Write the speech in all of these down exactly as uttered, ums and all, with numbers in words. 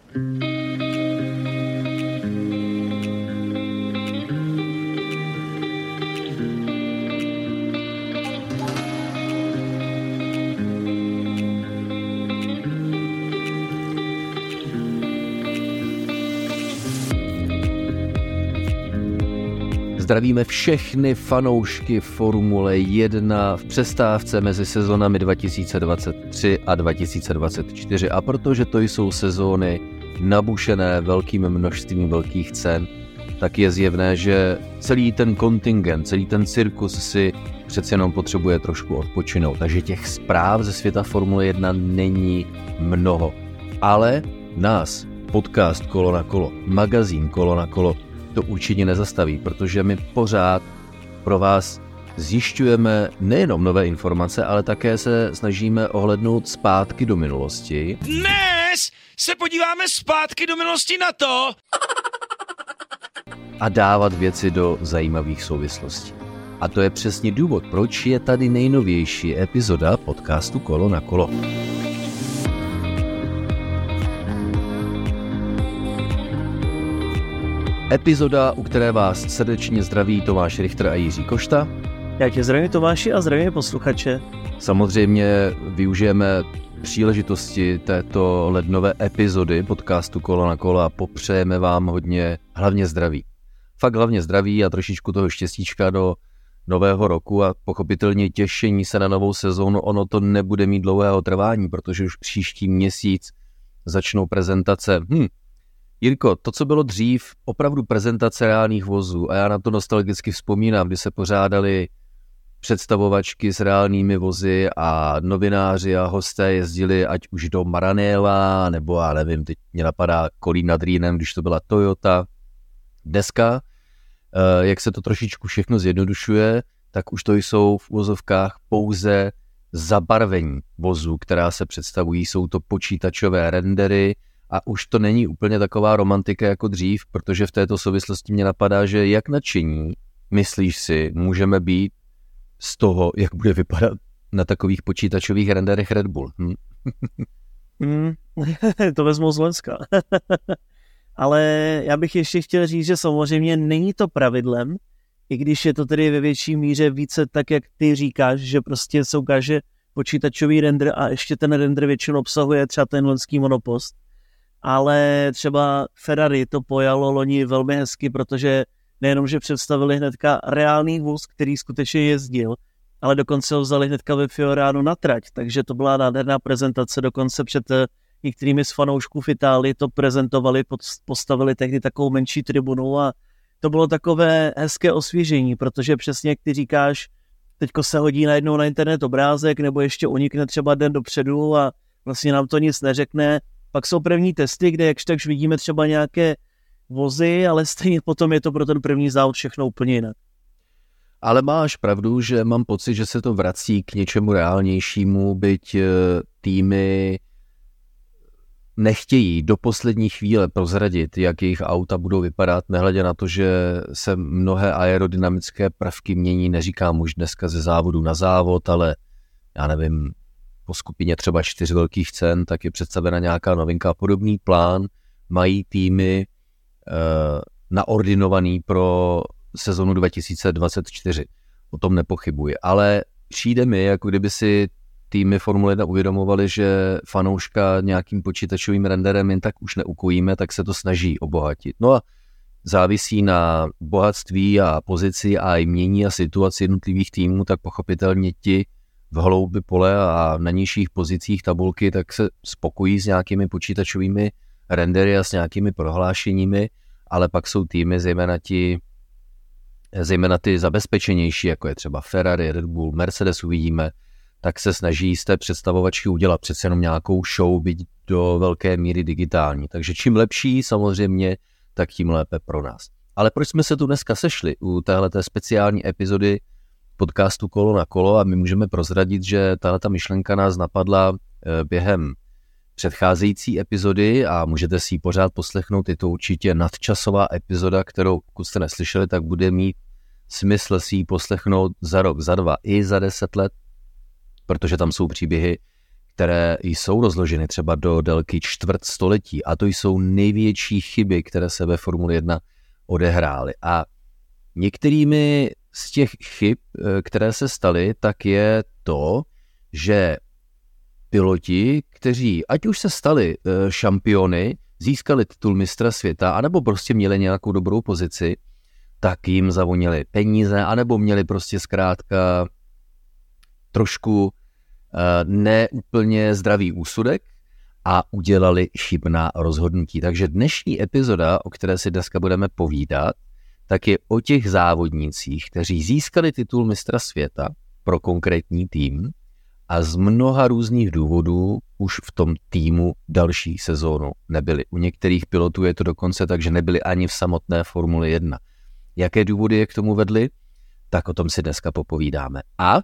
Zdravíme všechny fanoušky Formule jedna v přestávce mezi sezonami dva tisíce dvacet tři a dva tisíce dvacet čtyři. A protože to jsou sezóny nabušené velkým množstvím velkých cen, tak je zjevné, že celý ten kontingent, celý ten cirkus si přece jenom potřebuje trošku odpočinout. Takže těch zpráv ze světa Formule jedna není mnoho. Ale nás, podcast Kolo na kolo, magazín Kolo na kolo, to určitě nezastaví, protože my pořád pro vás zjišťujeme nejenom nové informace, ale také se snažíme ohlédnout zpátky do minulosti. Dnes se podíváme zpátky do minulosti na to a dávat věci do zajímavých souvislostí. A to je přesně důvod, proč je tady nejnovější epizoda podcastu Kolo na kolo. Epizoda, u které vás srdečně zdraví Tomáš Richter a Jiří Košta. Já tě zdravím, Tomáši, a zdravím posluchače. Samozřejmě využijeme příležitosti této lednové epizody podcastu Kolo na kolo a popřejeme vám hodně, hlavně zdraví. Fakt hlavně zdraví a trošičku toho štěstíčka do nového roku a pochopitelně těšení se na novou sezónu. Ono to nebude mít dlouhého trvání, protože už příští měsíc začnou prezentace. Hm. Jirko, to, co bylo dřív, opravdu prezentace reálných vozů, a já na to nostalgicky vzpomínám, kdy se pořádali představovačky s reálnými vozy a novináři a hosté jezdili ať už do Maranella, nebo já nevím, teď mě napadá Kolín nad Rýnem, když to byla Toyota. Dneska, jak se to trošičku všechno zjednodušuje, tak už to jsou v uvozovkách pouze zabarvení vozů, která se představují, jsou to počítačové rendery. A už to není úplně taková romantika jako dřív, protože v této souvislosti mě napadá, že jak nadšení, myslíš si, můžeme být z toho, jak bude vypadat na takových počítačových renderech Red Bull. Hm? mm, to vezmu z Loňska. Ale já bych ještě chtěl říct, že samozřejmě není to pravidlem, i když je to tedy ve větší míře více tak, jak ty říkáš, že prostě se ukáže počítačový render a ještě ten render většinou obsahuje třeba ten loňský monopost. Ale třeba Ferrari to pojalo loni velmi hezky, protože nejenom, že představili hnedka reálný vůz, který skutečně jezdil, ale dokonce ho vzali hnedka ve Fioránu na trať, takže to byla nádherná prezentace, dokonce před některými z fanoušků v Itálii to prezentovali, postavili tehdy takovou menší tribunu a to bylo takové hezké osvěžení, protože přesně jak ty říkáš, teďko se hodí najednou na internet obrázek nebo ještě unikne třeba den dopředu a vlastně nám to nic neřekne. Pak jsou první testy, kde jakž takž vidíme třeba nějaké vozy, ale stejně potom je to pro ten první závod všechno úplně jinak. Ale máš pravdu, že mám pocit, že se to vrací k něčemu reálnějšímu, byť týmy nechtějí do poslední chvíle prozradit, jak jejich auta budou vypadat, nehledě na to, že se mnohé aerodynamické prvky mění, neříkám už dneska ze závodu na závod, ale já nevím, po skupině třeba čtyř velkých cen, tak je představena nějaká novinka. Podobný plán mají týmy e, naordinovaný pro sezonu dva tisíce dvacet čtyři. O tom nepochybuji. Ale přijde mi, jako kdyby si týmy Formule jedna uvědomovali, že fanouška nějakým počítačovým renderem jen tak už neukojíme, tak se to snaží obohatit. No a závisí na bohatství a pozici a i mění a situaci jednotlivých týmů, tak pochopitelně ti v hloubi pole a na nižších pozicích tabulky, tak se spokojí s nějakými počítačovými rendery a s nějakými prohlášeními, ale pak jsou týmy, zejména ti, zejména ty zabezpečenější, jako je třeba Ferrari, Red Bull, Mercedes uvidíme, tak se snaží z té představovačky udělat přece jenom nějakou show, byť do velké míry digitální. Takže čím lepší samozřejmě, tak tím lépe pro nás. Ale proč jsme se tu dneska sešli u téhleté speciální epizody podcastu Kolo na kolo a my můžeme prozradit, že tahleta myšlenka nás napadla během předcházející epizody a můžete si ji pořád poslechnout. Je to určitě nadčasová epizoda, kterou, pokud jste neslyšeli, tak bude mít smysl si ji poslechnout za rok, za dva i za deset let, protože tam jsou příběhy, které jsou rozloženy třeba do délky čtvrt století a to jsou největší chyby, které se ve Formuli jedna odehrály. A některými z těch chyb, které se staly, tak je to, že piloti, kteří ať už se stali šampiony, získali titul mistra světa, anebo prostě měli nějakou dobrou pozici, tak jim zavonili peníze, anebo měli prostě zkrátka trošku neúplně zdravý úsudek a udělali chybná rozhodnutí. Takže dnešní epizoda, o které si dneska budeme povídat, tak je o těch závodnících, kteří získali titul mistra světa pro konkrétní tým a z mnoha různých důvodů už v tom týmu další sezónu nebyli. U některých pilotů je to dokonce tak, že nebyli ani v samotné Formuli jedna. Jaké důvody je k tomu vedly? Tak o tom si dneska popovídáme. A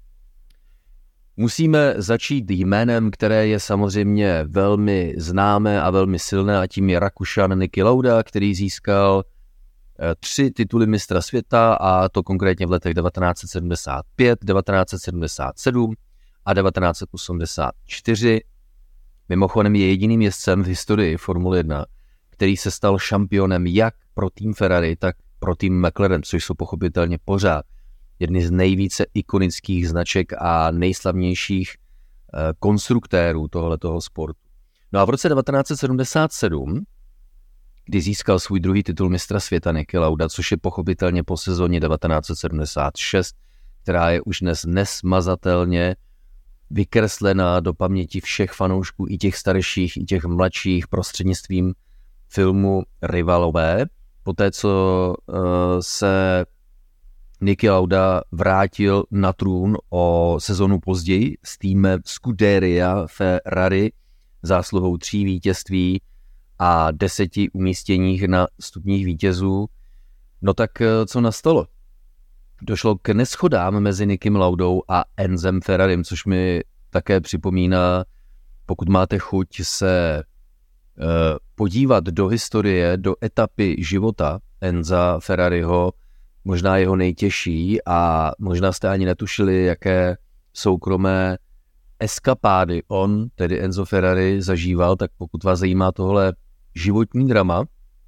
musíme začít jménem, které je samozřejmě velmi známé a velmi silné, a tím je Rakušan Niki Lauda, který získal tři tituly mistra světa, a to konkrétně v letech devatenáct set sedmdesát pět, devatenáct set sedmdesát sedm a devatenáct set osmdesát čtyři. Mimochodem je jediným jezdcem v historii Formule jedna, který se stal šampionem jak pro tým Ferrari, tak pro tým McLaren, což jsou pochopitelně pořád jedny z nejvíce ikonických značek a nejslavnějších konstruktérů tohoto sportu. No a v roce devatenáct set sedmdesát sedm, kdy získal svůj druhý titul mistra světa Niki Lauda, což je pochopitelně po sezóně devatenáct set sedmdesát šest, která je už dnes nesmazatelně vykreslená do paměti všech fanoušků, i těch starších, i těch mladších, prostřednictvím filmu Rivalové. Poté, co uh, se Niki Lauda vrátil na trůn o sezonu později s týmem Scuderia Ferrari zásluhou tří vítězství a deseti umístěních na stupních vítězů, no tak co nastalo? Došlo k neshodám mezi Nikim Laudou a Enzem Ferrarim, což mi také připomíná, pokud máte chuť se uh, podívat do historie, do etapy života Enza Ferrariho, možná jeho nejtěžší, a možná jste ani netušili, jaké soukromé eskapády on, tedy Enzo Ferrari, zažíval, tak pokud vás zajímá tohle životní drama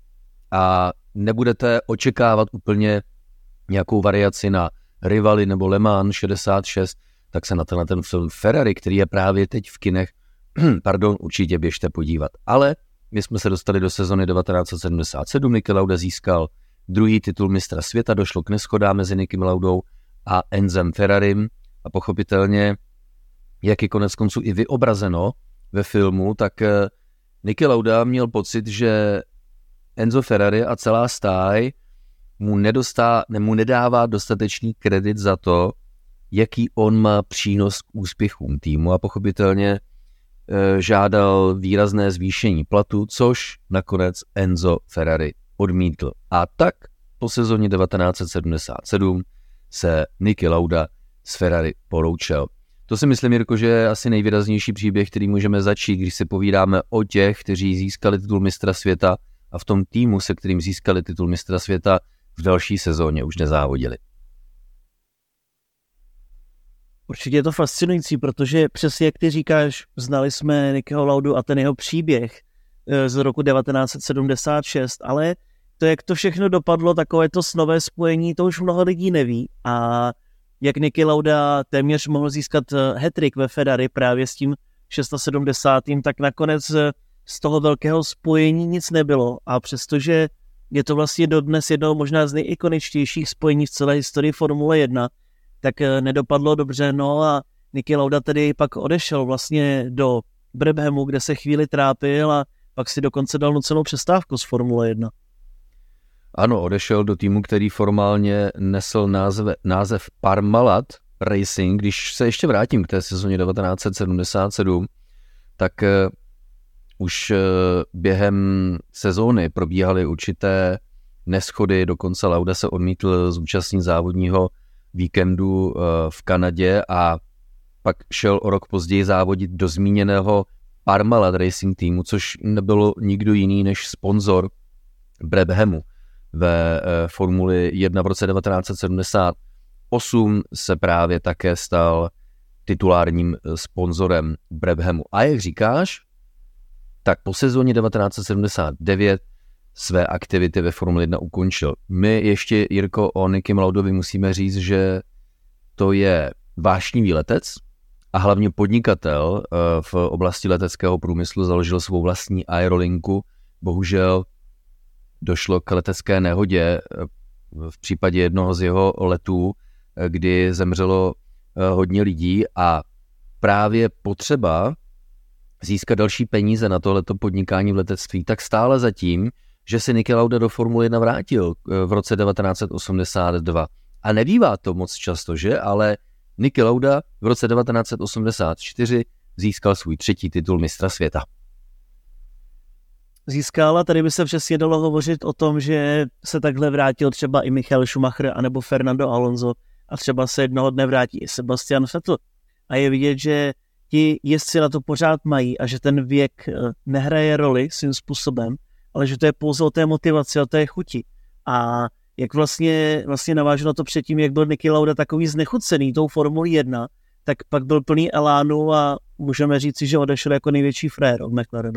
a nebudete očekávat úplně nějakou variaci na Rivali nebo Le Mans šedesát šest, tak se na ten, na ten film Ferrari, který je právě teď v kinech, pardon, určitě běžte podívat. Ale my jsme se dostali do sezony devatenáct set sedmdesát sedm, Niki Lauda získal druhý titul mistra světa, došlo k neshodám mezi Nikim Laudou a Enzem Ferrarim a pochopitelně, jak je konec konců i vyobrazeno ve filmu, tak Niki Lauda měl pocit, že Enzo Ferrari a celá stáj mu, nedostá, mu nedává dostatečný kredit za to, jaký on má přínos k úspěchům týmu, a pochopitelně e, žádal výrazné zvýšení platu, což nakonec Enzo Ferrari odmítl. A tak po sezóně devatenáct set sedmdesát sedm se Niki Lauda s Ferrari poroučel. To si myslím, Jirko, že je asi nejvýraznější příběh, který můžeme začít, když si povídáme o těch, kteří získali titul mistra světa a v tom týmu, se kterým získali titul mistra světa, v další sezóně už nezávodili. Určitě je to fascinující, protože přesně jak ty říkáš, znali jsme Nikiho Laudu a ten jeho příběh z roku devatenáct set sedmdesát šest, ale to, jak to všechno dopadlo, takové to snové spojení, to už mnoho lidí neví, a jak Niki Lauda téměř mohl získat hat-trick ve Ferrari právě s tím sedmdesátým šestým, tak nakonec z toho velkého spojení nic nebylo, a přestože je to vlastně dodnes jedno možná z nejikoničtějších spojení v celé historii Formule jedna, tak nedopadlo dobře, no a Niki Lauda tedy pak odešel vlastně do Brabhamu, kde se chvíli trápil, a pak si dokonce dal nucenou přestávku z Formule jedna. Ano, odešel do týmu, který formálně nesl název, název Parmalat Racing. Když se ještě vrátím k té sezóně devatenáct set sedmdesát sedm, tak uh, už uh, během sezóny probíhaly určité neschody, dokonce Lauda se odmítl zúčastnit závodního víkendu uh, v Kanadě a pak šel o rok později závodit do zmíněného Parmalat Racing týmu, což nebylo nikdo jiný než sponzor Brabhamu. Ve uh, Formuli jedna v roce devatenáct set sedmdesát osm se právě také stal titulárním sponzorem Brabhamu. A jak říkáš, tak po sezóně devatenáct set sedmdesát devět své aktivity ve Formule jedna ukončil. My ještě, Jirko, o Nikim Laudovi musíme říct, že to je vášnivý letec a hlavně podnikatel v oblasti leteckého průmyslu, založil svou vlastní aerolinku. Bohužel došlo k letecké nehodě v případě jednoho z jeho letů, kdy zemřelo hodně lidí a právě potřeba získat další peníze na tohleto podnikání v letectví, tak stále zatím, že se Niki Lauda do Formule jedna vrátil v roce devatenáct set osmdesát dva. A nebývá to moc často, že? Ale Niki Lauda v roce devatenáct set osmdesát čtyři získal svůj třetí titul mistra světa. Získal, a tady by se přesně dalo hovořit o tom, že se takhle vrátil třeba i Michael Schumacher anebo Fernando Alonso a třeba se jednoho dne vrátí i Sebastian Vettel. A je vidět, že ti jezdci na to pořád mají a že ten věk nehraje roli svým způsobem, ale že to je pouze o té motivaci, o té chuti. A jak vlastně, vlastně navážu na to předtím, jak byl Niki Lauda takový znechucený tou Formulí jedna, tak pak byl plný elánu a můžeme říci, že odešel jako největší frér od McLarenu.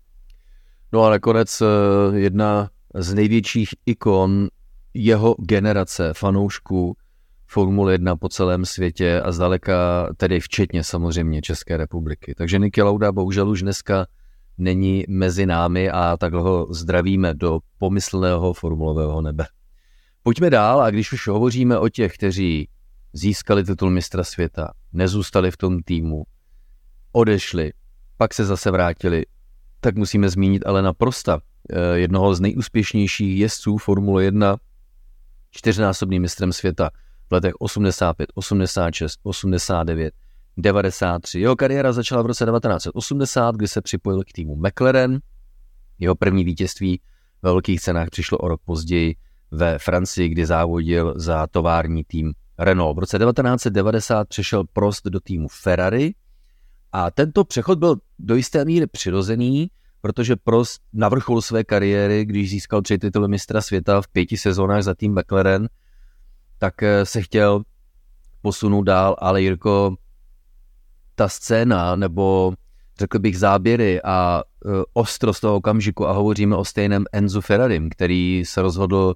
No a nakonec jedna z největších ikon jeho generace fanoušků Formule jedna po celém světě a zdaleka tedy včetně samozřejmě České republiky. Takže Niki Lauda bohužel už dneska není mezi námi a takhle ho zdravíme do pomyslného formulového nebe. Pojďme dál a když už hovoříme o těch, kteří získali titul mistra světa, nezůstali v tom týmu, odešli, pak se zase vrátili, tak musíme zmínit Alena Prosta, jednoho z nejúspěšnějších jezdců Formule jedna, čtyřnásobným mistrem světa v letech osmdesát pět, osmdesát šest, osmdesát devět, devadesát tři. Jeho kariéra začala v roce devatenáct set osmdesát, kdy se připojil k týmu McLaren. Jeho první vítězství ve velkých cenách přišlo o rok později ve Francii, kdy závodil za tovární tým Renault. V roce devatenáct set devadesát přešel Prost do týmu Ferrari a tento přechod byl do jisté míry přirozený, protože Prost na vrcholu své kariéry, když získal tři tituly mistra světa v pěti sezónách za tým McLaren, tak se chtěl posunout dál, ale Jirko, ta scéna, nebo řekl bych záběry a e, ostrost toho okamžiku, a hovoříme o stejném Enzu Ferrarim, který se rozhodl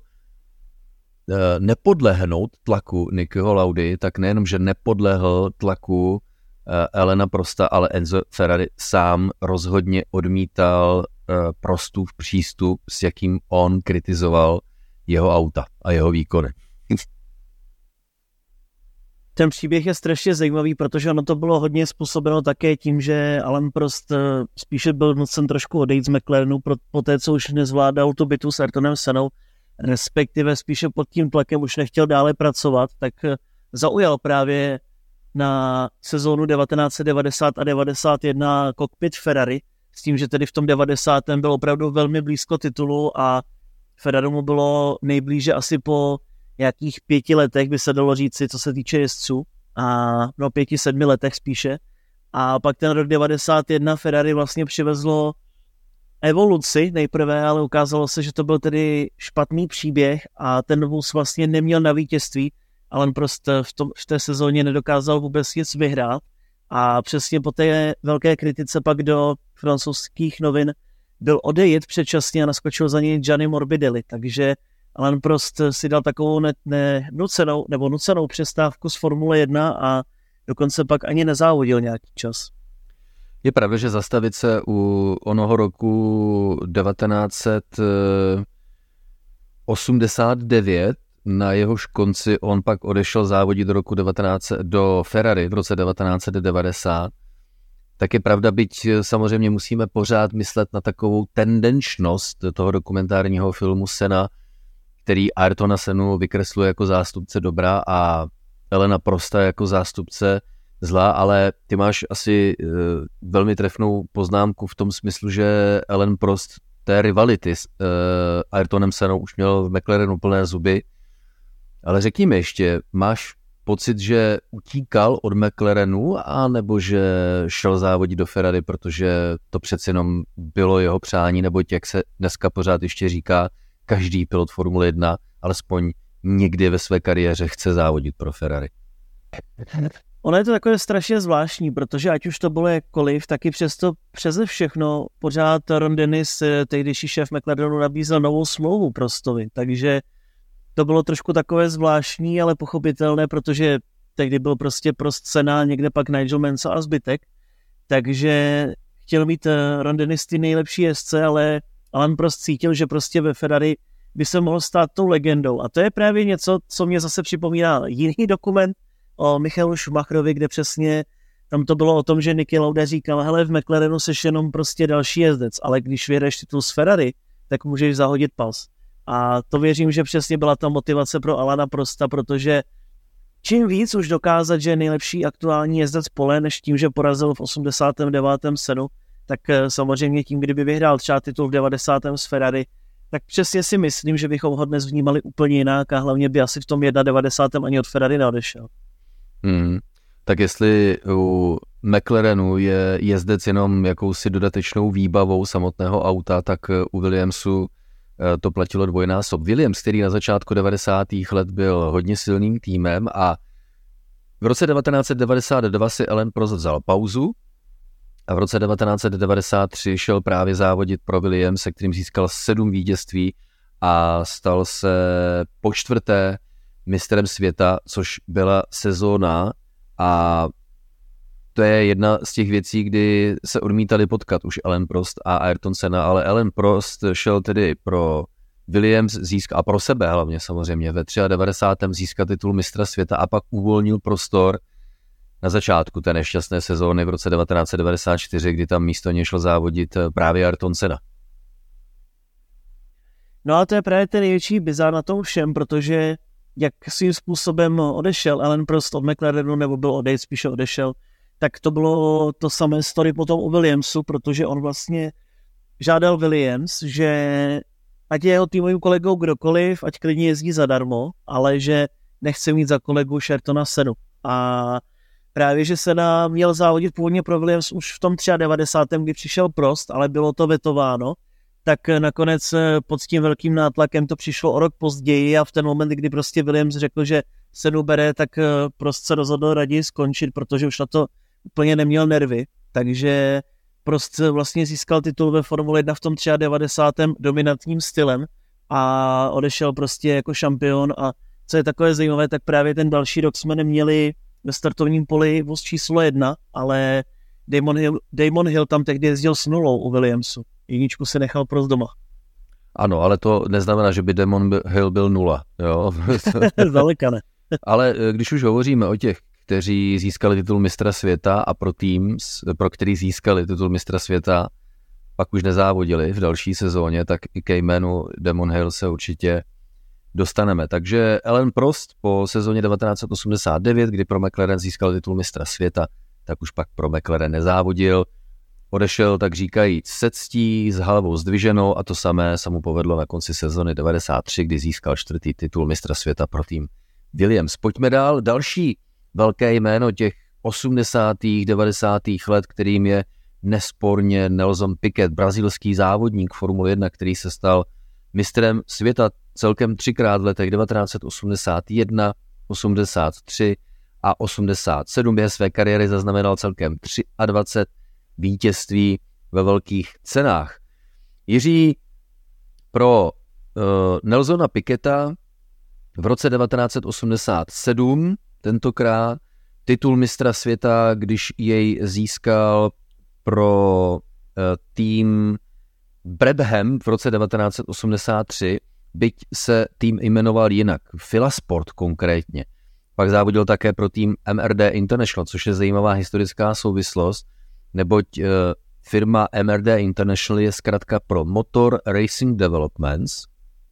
e, nepodlehnout tlaku Nikiho Laudy, tak nejenom, že nepodlehl tlaku e, Alena Prosta, ale Enzo Ferrari sám rozhodně odmítal e, Prostův přístup, s jakým on kritizoval jeho auta a jeho výkony. Ten příběh je strašně zajímavý, protože ono to bylo hodně způsobeno také tím, že Alain Prost spíše byl nucen trošku odejít z McLarenu po té, co už nezvládal tu bitvu s Ayrtonem Sennou, respektive spíše pod tím tlakem už nechtěl dále pracovat, tak zaujal právě na sezónu devatenáct set devadesát a devadesát jedna kokpit Ferrari, s tím, že tedy v tom devadesátém byl opravdu velmi blízko titulu a Ferrari mu bylo nejblíže asi po nějakých pěti letech, by se dalo říci, co se týče jezdců, a no pěti, sedmi letech spíše. A pak ten rok devadesát jedna Ferrari vlastně přivezlo evoluci nejprve, ale ukázalo se, že to byl tedy špatný příběh a ten vůz vlastně neměl na vítězství, ale prostě v, tom, v té sezóně nedokázal vůbec nic vyhrát a přesně po té velké kritice pak do francouzských novin byl odejít předčasně a naskočil za něj Gianni Morbidelli, takže Alain Prost si dal takovou ne, ne, nucenou, nebo nucenou přestávku z Formule jedna a dokonce pak ani nezávodil nějaký čas. Je pravda, že zastavit se u onoho roku devatenáct set osmdesát devět, na jehož konci on pak odešel závodit do roku devatenáct set do Ferrari v roce devatenáct set devadesát, tak je pravda, byť samozřejmě musíme pořád myslet na takovou tendenčnost toho dokumentárního filmu Senna, který Ayrtona Sennu vykresluje jako zástupce dobra a Alena Prosta jako zástupce zla, ale ty máš asi uh, velmi trefnou poznámku v tom smyslu, že Alain Prost té rivality s uh, Ayrtonem Sennou už měl v McLarenu plné zuby, ale řekni mi ještě, máš pocit, že utíkal od McLarenu, anebo že šel závodit do Ferrari, protože to přeci jenom bylo jeho přání, neboť jak se dneska pořád ještě říká, každý pilot Formule jedna alespoň někdy ve své kariéře chce závodit pro Ferrari. Ono je to takové strašně zvláštní, protože ať už to bylo jakkoliv, taky přesto přeze všechno pořád Ron Dennis, tehdejší šéf McLarenu, nabízel novou smlouvu Prostovi, takže to bylo trošku takové zvláštní, ale pochopitelné, protože tehdy byl prostě Prost, Senna, někde pak Nigel Mansell a zbytek, takže chtěl mít Ron Dennis ty nejlepší jezdce, ale Alain Prost cítil, že prostě ve Ferrari by se mohl stát tou legendou. A to je právě něco, co mě zase připomíná jiný dokument o Michaelu Schumacherovi, kde přesně tam to bylo o tom, že Niki Lauda říkal, hele, v McLarenu seš jenom prostě další jezdec, ale když vyjedeš titul z Ferrari, tak můžeš zahodit pas. A to věřím, že přesně byla ta motivace pro Alaina Prosta, protože čím víc už dokázat, že je nejlepší aktuální jezdec pole, než tím, že porazil v osmdesátém devátém Senu, tak samozřejmě tím, kdyby vyhrál třeba titul v devadesátém z Ferrari, tak přesně si myslím, že bychom ho dnes vnímali úplně jinak a hlavně by asi v tom devadesátém prvním ani od Ferrari neodešel. Hmm. Tak jestli u McLarenu je jezdec jenom jakousi dodatečnou výbavou samotného auta, tak u Williamsu to platilo dvojnásob. Williams, který na začátku devadesátých let byl hodně silným týmem a v roce devatenáct set devadesát dva si Alain Prost vzal pauzu a v roce devatenáct set devadesát tři šel právě závodit pro Williams, se kterým získal sedm vítězství a stal se po čtvrté mistrem světa, což byla sezóna a to je jedna z těch věcí, kdy se odmítali potkat už Alain Prost a Ayrton Senna, ale Alain Prost šel tedy pro Williams získat, a pro sebe hlavně samozřejmě, ve devadesátém třetím získat titul mistra světa a pak uvolnil prostor na začátku té nešťastné sezóny v roce devatenáct set devadesát čtyři, kdy tam místo něj šel závodit právě Ayrton Senna. No a to je právě ten největší bizár na tom všem, protože jak svým způsobem odešel Alain Prost od McLarenu, nebo byl odejít, spíše odešel, tak to bylo to samé story potom u Williamsu, protože on vlastně žádal Williams, že ať je jeho týmovým kolegou kdokoliv, ať klidně jezdí zadarmo, ale že nechce mít za kolegu Ayrtona Sennu. A právě, že Senna měl závodit původně pro Williams už v tom devadesátém třetím, kdy přišel Prost, ale bylo to vetováno, tak nakonec pod tím velkým nátlakem to přišlo o rok později a v ten moment, kdy prostě Williams řekl, že Sennu bere, tak Prost se rozhodl raději skončit, protože už na to úplně neměl nervy, takže Prost vlastně získal titul ve Formule jedna v tom devadesátém třetím dominantním stylem a odešel prostě jako šampion a co je takové zajímavé, tak právě ten další rok jsme neměli ve startovním poli voz číslo jedna, ale Damon Hill, Damon Hill tam tehdy jezdil s nulou u Williamsu. Jedničku si nechal Prost doma. Ano, ale to neznamená, že by Damon Hill byl nula. Jo? Zdaleka ne. Ale když už hovoříme o těch, kteří získali titul mistra světa a pro tým, pro který získali titul mistra světa, pak už nezávodili v další sezóně, tak i ke jménu Damon Hill se určitě dostaneme. Takže Alain Prost po sezóně devatenáct set osmdesát devět, kdy pro McLaren získal titul mistra světa, tak už pak pro McLaren nezávodil. Odešel, tak říkajíc, se ctí, s hlavou zdviženou a to samé se mu povedlo na konci sezóny devadesát tři, kdy získal čtvrtý titul mistra světa pro tým Williams. Pojďme dál. Další velké jméno těch osmdesátých, devadesátých let, kterým je nesporně Nelson Piquet, brazilský závodník Formule jedna, který se stal mistrem světa celkem třikrát v letech devatenáct set osmdesát jedna, osmdesát tři a osmdesát sedm. Během své kariéry zaznamenal celkem dvacet tři vítězství ve velkých cenách. Jiří, pro uh, Nelsona Piqueta v roce devatenáct set osmdesát sedm tentokrát titul mistra světa, když jej získal pro uh, tým Brabham v roce devatenáct set osmdesát tři, byť se tým jmenoval jinak, Filasport konkrétně. Pak závodil také pro tým M R D International, což je zajímavá historická souvislost, neboť uh, firma M R D International je zkratka pro Motor Racing Developments,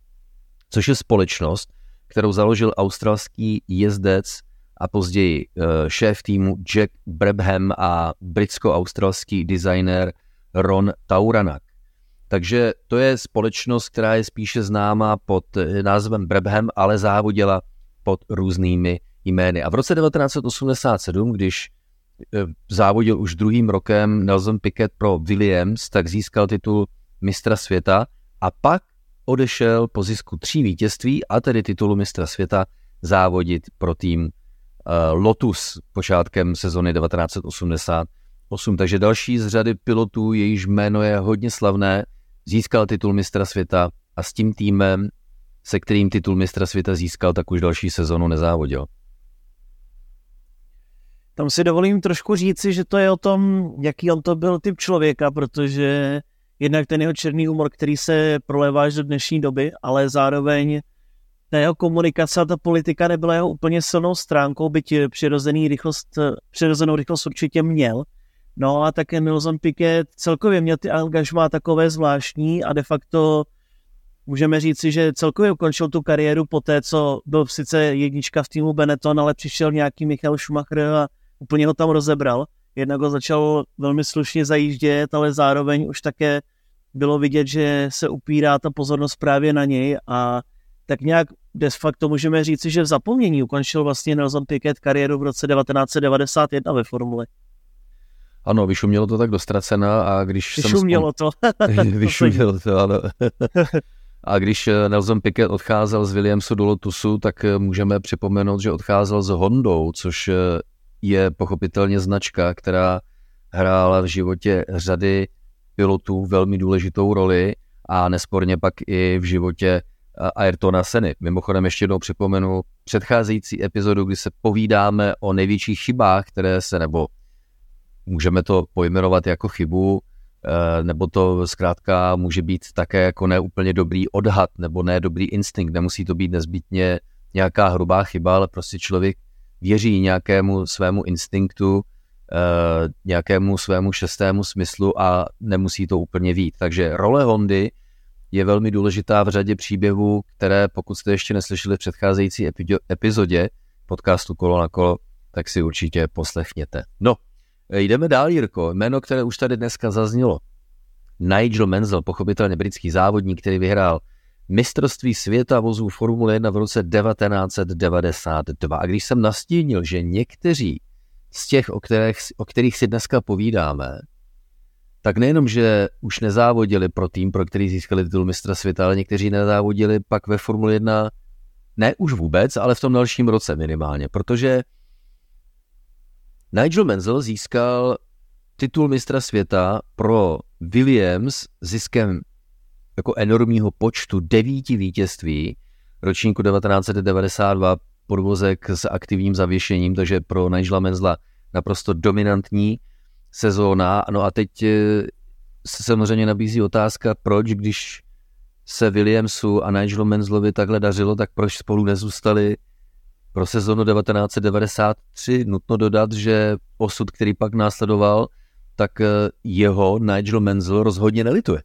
což je společnost, kterou založil australský jezdec a později uh, šéf týmu Jack Brabham a britsko-australský designer Ron Tauranak. Takže to je společnost, která je spíše známá pod názvem Brabham, ale závodila pod různými jmény. A v roce devatenáct set osmdesát sedm, když závodil už druhým rokem Nelson Piquet pro Williams, tak získal titul mistra světa a pak odešel po zisku tří vítězství a tedy titulu mistra světa závodit pro tým Lotus počátkem sezony devatenáct osmdesát osm. Takže další z řady pilotů, jejíž jméno je hodně slavné, získal titul mistra světa a s tím týmem, se kterým titul mistra světa získal, tak už další sezonu nezávodil. Tam si dovolím trošku říci, že to je o tom, jaký on to byl typ člověka, protože jednak ten jeho černý humor, který se prolévá až do dnešní doby, ale zároveň ta jeho komunikace a ta politika nebyla jeho úplně silnou stránkou, byť přirozený rychlost, přirozenou rychlost určitě měl. No a také Nelson Piquet celkově měl ty angažmá takové zvláštní a de facto můžeme říci, že celkově ukončil tu kariéru po té, co byl sice jednička v týmu Benetton, ale přišel nějaký Michael Schumacher a úplně ho tam rozebral. Jednak ho začal velmi slušně zajíždět, ale zároveň už také bylo vidět, že se upírá ta pozornost právě na něj a tak nějak de facto můžeme říci, že v zapomnění ukončil vlastně Nelson Piquet kariéru v roce devatenáct devadesát jedna ve formuli. Ano, vyšumělo to tak do ztracena a když vyšumělo jsem... to. vyšumělo to, ano. A když Nelson Piquet odcházel z Williamsu do Lotusu, tak můžeme připomenout, že odcházel s Hondou, což je pochopitelně značka, která hrála v životě řady pilotů velmi důležitou roli a nesporně pak i v životě Ayrtona Senny. Mimochodem ještě jednou připomenu předcházející epizodu, kdy se povídáme o největších chybách, které se, nebo můžeme to pojmenovat jako chybu, nebo to zkrátka může být také jako neúplně dobrý odhad, nebo ne dobrý instinkt. Nemusí to být nezbytně nějaká hrubá chyba, ale prostě člověk věří nějakému svému instinktu, nějakému svému šestému smyslu a nemusí to úplně vít. Takže role Hondy je velmi důležitá v řadě příběhů, které pokud jste ještě neslyšeli v předcházející epizodě podcastu Kolo na kolo, tak si určitě poslechněte. No, jdeme dál, Jirko. Jméno, které už tady dneska zaznělo. Nigel Mansell, pochopitelně britský závodník, který vyhrál mistrovství světa vozů Formule jedna v roce devatenáct devadesát dva. A když jsem nastínil, že někteří z těch, o kterých, o kterých si dneska povídáme, tak nejenom, že už nezávodili pro tým, pro který získali titul mistra světa, ale někteří nezávodili pak ve Formule jedna, ne už vůbec, ale v tom dalším roce minimálně, protože Nigel Mansell získal titul mistra světa pro Williams ziskem jako enormního počtu devíti vítězství ročníku devatenáct devadesát dva, podvozek s aktivním zavěšením, takže pro Nigela Mansella naprosto dominantní sezóna. No a teď se samozřejmě nabízí otázka, proč, když se Williamsu a Nigelu Mansellovi takhle dařilo, tak proč spolu nezůstali pro sezónu devatenáct devadesát tři. Nutno dodat, že osud, který pak následoval, tak jeho Nigel Mansell rozhodně nelituje.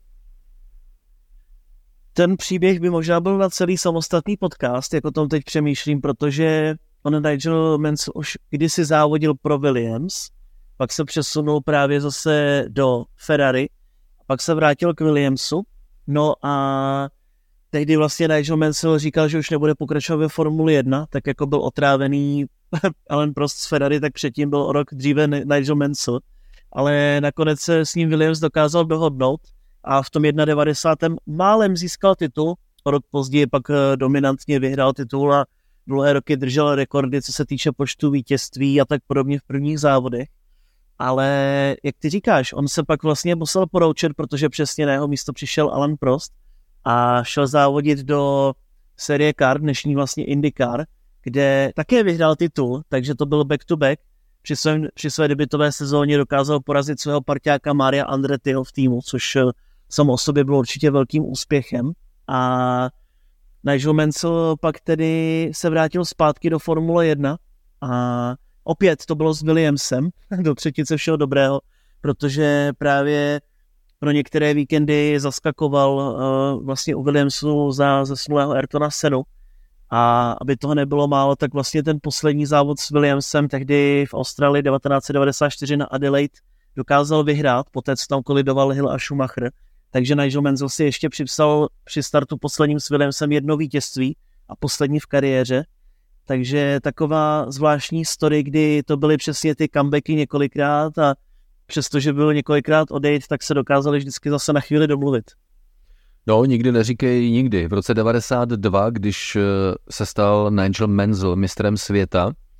Ten příběh by možná byl na celý samostatný podcast, jak o tom teď přemýšlím, protože on Nigel Mansell už kdysi závodil pro Williams, pak se přesunul právě zase do Ferrari, pak se vrátil k Williamsu, no a tehdy vlastně Nigel Mansell říkal, že už nebude pokračovat ve Formuli jedna, tak jako byl otrávený Alain Prost z Ferrari, tak předtím byl o rok dříve Nigel Mansell, ale nakonec se s ním Williams dokázal dohodnout a v tom devadesátém prvním málem získal titul, o rok později pak dominantně vyhrál titul a dlouhé roky držel rekordy, co se týče počtu vítězství a tak podobně v prvních závodech. Ale jak ty říkáš, on se pak vlastně musel poroučet, protože přesně na jeho místo přišel Alain Prost a šel závodit do série Car, dnešní vlastně IndyCar, kde také vyhrál titul, takže to byl back-to-back. Při, svém, při své debutové sezóně dokázal porazit svého parťáka Maria Andrettiho v týmu, což samo o sobě bylo určitě velkým úspěchem. A Nigel Mansell pak tedy se vrátil zpátky do Formule jedna a opět to bylo s Williamsem, do třetice všeho dobrého, protože právě pro některé víkendy zaskakoval uh, vlastně u Williamsu za zesnulého Ayrtona Sennu. A aby toho nebylo málo, tak vlastně ten poslední závod s Williamsem tehdy v Austrálii devatenáct devadesát čtyři na Adelaide dokázal vyhrát, poté co tam kolidoval Hill a Schumacher. Takže Nigel Mansell si ještě připsal při startu posledním s Williamsem jedno vítězství a poslední v kariéře. Takže taková zvláštní story, kdy to byly přesně ty comebacky několikrát a přestože byl několikrát odejít, tak se dokázali vždycky zase na chvíli domluvit. No, nikdy neříkej nikdy. V roce devadesát dva, když se stal Nigel Mansell mistrem světa,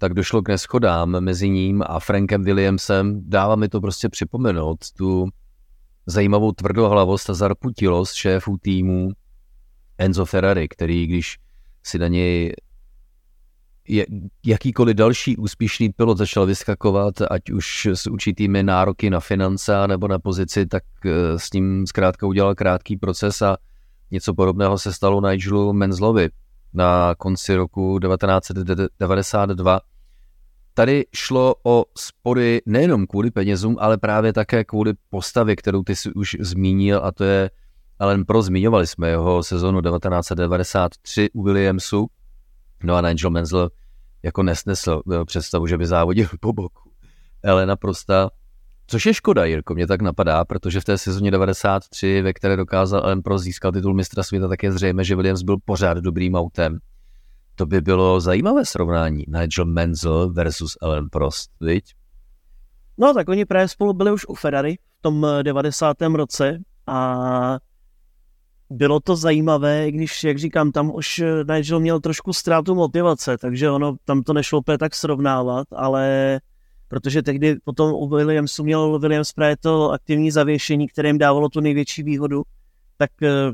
tak došlo k neschodám mezi ním a Frankem Williamsem. Dává mi to prostě připomenout tu zajímavou tvrdohlavost a zarputilost šéfů týmu Enzo Ferrari, který když si na něj jakýkoliv další úspěšný pilot začal vyskakovat, ať už s určitými nároky na finance nebo na pozici, tak s ním zkrátka udělal krátký proces a něco podobného se stalo Nigelu Mansellovi na konci roku devatenáct set devadesát dva. Tady šlo o spory nejenom kvůli penězům, ale právě také kvůli postavě, kterou ty si už zmínil, a to je Alain Prost. Zmiňovali jsme jeho sezonu devatenáct set devadesát tři u Williamsu. No a Nigel Mansell jako nesnesl představu, že by závodil po boku Alaina Prosta, což je škoda, Jirko, mě tak napadá, protože v té sezóně devadesát tři, ve které dokázal Alain Prost získat titul mistra světa, tak je zřejmé, že Williams byl pořád dobrým autem. To by bylo zajímavé srovnání, Nigel Mansell versus Alain Prost, viď? No tak oni právě spolu byli už u Ferrari v tom devadesátém roce a bylo to zajímavé, i když, jak říkám, tam už Nigel měl trošku ztrátu motivace, takže ono tam to nešlo úplně tak srovnávat, ale protože tehdy potom u Williamsu měl Williams právě to aktivní zavěšení, které jim dávalo tu největší výhodu, tak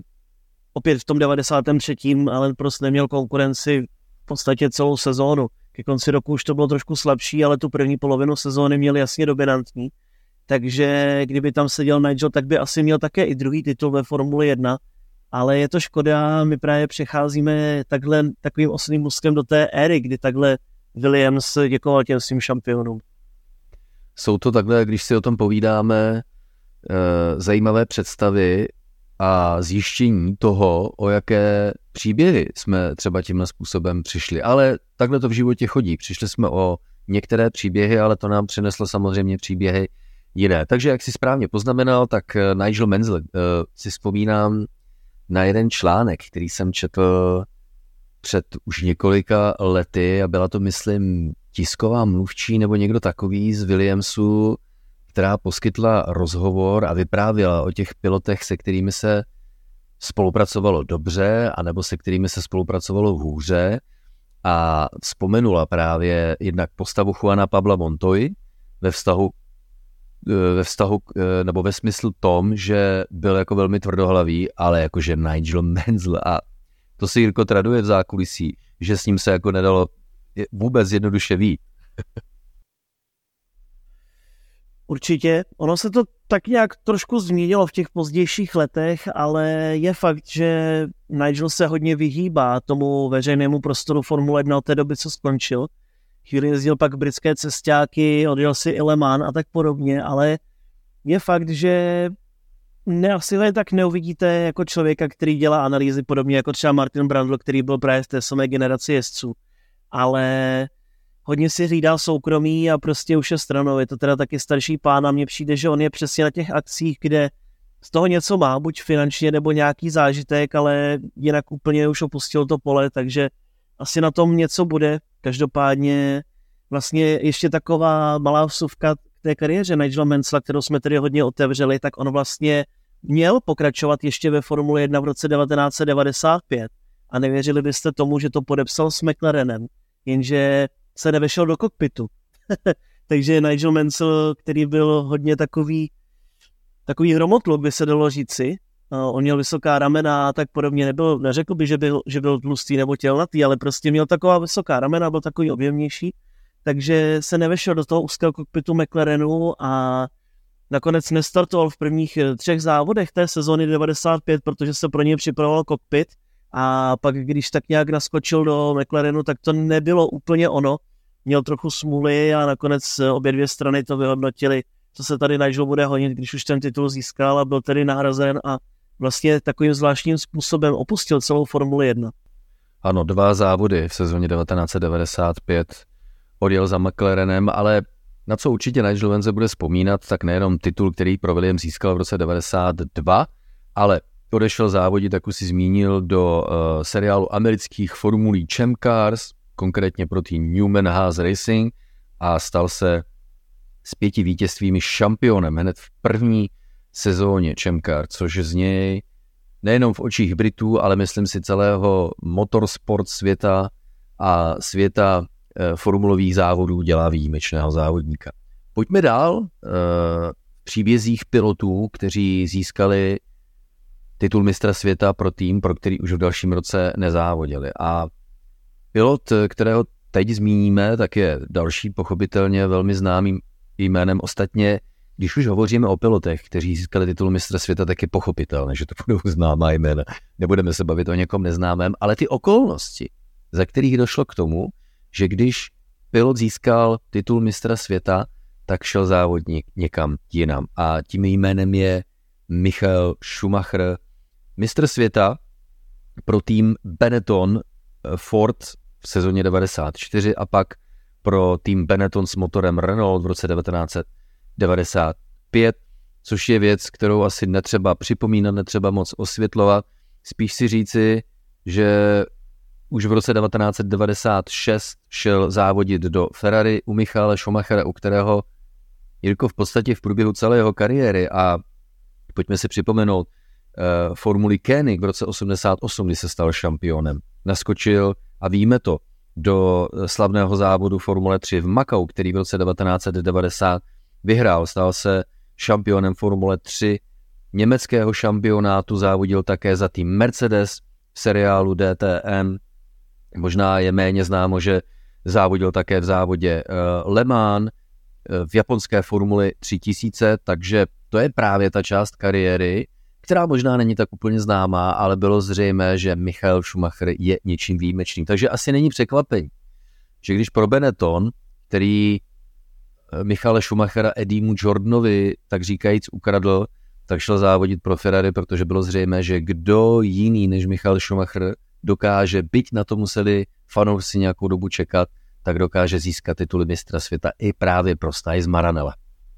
opět v tom devadesátém třetím Alain Prost neměl konkurenci v podstatě celou sezónu. Ke konci roku už to bylo trošku slabší, ale tu první polovinu sezóny měl jasně dominantní. Takže kdyby tam seděl Nigel, tak by asi měl také i druhý titul ve Formuli jedna. Ale je to škoda, my právě přecházíme takhle takovým oslým můstkem do té éry, kdy takhle Williams děkoval těm svým šampionům. Jsou to takhle, když si o tom povídáme, zajímavé představy a zjištění toho, o jaké příběhy jsme třeba tímhle způsobem přišli. Ale takhle to v životě chodí. Přišli jsme o některé příběhy, ale to nám přineslo samozřejmě příběhy jiné. Takže jak si správně poznamenal, tak Nigel Mansell, si vzpomínám na jeden článek, který jsem četl před už několika lety a byla to, myslím, tisková mluvčí nebo někdo takový z Williamsu, která poskytla rozhovor a vyprávěla o těch pilotech, se kterými se spolupracovalo dobře anebo se kterými se spolupracovalo hůře, a vzpomenula právě jednak postavu Juana Pabla Montoy ve vztahu ve vztahu, nebo ve smyslu tom, že byl jako velmi tvrdohlavý, ale jakože Nigel Mansell, a to si Jirko traduje v zákulisí, že s ním se jako nedalo vůbec jednoduše vyjít. Určitě. Ono se to tak nějak trošku změnilo v těch pozdějších letech, ale je fakt, že Nigel se hodně vyhýbá tomu veřejnému prostoru Formule jedna od té doby, co skončil. Chvíli jezdil pak britské cestáky, odjel si i Le Mans a tak podobně, ale je fakt, že ne, asi ho tak neuvidíte jako člověka, který dělá analýzy podobně jako třeba Martin Brundle, který byl právě v té samé generaci jezdců. Ale hodně si hlídá soukromí a prostě už je stranou. Je to teda taky starší pán a mně přijde, že on je přesně na těch akcích, kde z toho něco má, buď finančně nebo nějaký zážitek, ale jinak úplně už opustil to pole, takže asi na tom něco bude. Každopádně vlastně ještě taková malá vsuvka k té kariéře Nigela Mansella, kterou jsme tedy hodně otevřeli, tak on vlastně měl pokračovat ještě ve Formule jedna v roce devatenáct set devadesát pět a nevěřili byste tomu, že to podepsal s McLarenem, jenže se nevešel do kokpitu. Takže Nigel Mansell, který byl hodně takový takový hromotluk, by se dalo říci, on měl vysoká ramena a tak podobně, nebyl, neřekl by, že byl, že byl tlustý nebo tělnatý, ale prostě měl taková vysoká ramena, byl takový objemnější, takže se nevešel do toho úzkého kokpitu McLarenu a nakonec nestartoval v prvních třech závodech té sezóny devadesát pět, protože se pro něj připravoval kokpit, a pak když tak nějak naskočil do McLarenu, tak to nebylo úplně ono, měl trochu smůly a nakonec obě dvě strany to vyhodnotili, co se tady Nigel bude honit, když už ten titul získal a byl tedy nahrazen a vlastně takovým zvláštním způsobem opustil celou Formuli jedna. Ano, dva závody v sezóně devatenáct set devadesát pět odjel za McLarenem, ale na co určitě Nigel Mansell bude vzpomínat, tak nejenom titul, který pro Williams získal v roce devadesát dva, ale odešel závodit, jak už si zmínil, do uh, seriálu amerických formulí Champ Cars, konkrétně pro tým Newman Haas Racing, a stal se s pěti vítězstvími šampionem hned v první sezóně Champ Car, což z něj nejenom v očích Britů, ale myslím si celého motorsport světa a světa formulových závodů dělá výjimečného závodníka. Pojďme dál v příbězích pilotů, kteří získali titul mistra světa pro tým, pro který už v dalším roce nezávodili. A pilot, kterého teď zmíníme, tak je další pochopitelně velmi známým jménem. Ostatně, když už hovoříme o pilotech, kteří získali titul mistra světa, tak je pochopitelné, že to budou známá jména. Nebudeme se bavit o někom neznámém, ale ty okolnosti, za kterých došlo k tomu, že když pilot získal titul mistra světa, tak šel závodník někam jinam. A tím jménem je Michael Schumacher, mistr světa pro tým Benetton Ford v sezóně devadesát čtyři a pak pro tým Benetton s motorem Renault v roce devatenáct set devadesát pět, což je věc, kterou asi netřeba připomínat, netřeba moc osvětlovat. Spíš si říci, že už v roce devatenáct set devadesát šest šel závodit do Ferrari u Michaela Schumachera, u kterého Jirko v podstatě v průběhu celé jeho kariéry, a pojďme si připomenout uh, formuli Koenig v roce osmdesát osm, kdy se stal šampionem, naskočil, a víme to, do slavného závodu Formule tři v Macau, který v roce devatenáct set devadesát vyhrál. Stal se šampionem Formule tři německého šampionátu, závodil také za tým Mercedes v seriálu D T M. Možná je méně známo, že závodil také v závodě uh, Le Mans, uh, v japonské Formuli tři tisíce, takže to je právě ta část kariéry, která možná není tak úplně známá, ale bylo zřejmé, že Michael Schumacher je něčím výjimečným. Takže asi není překvapení, že když pro Benetton, který Michaela Schumachera Edimu Jordanovi, tak říkajíc, ukradl, tak šel závodit pro Ferrari, protože bylo zřejmé, že kdo jiný než Michael Schumacher dokáže, byť na to museli fanoušci nějakou dobu čekat, tak dokáže získat tituly mistra světa i právě pro stáj z Maranella.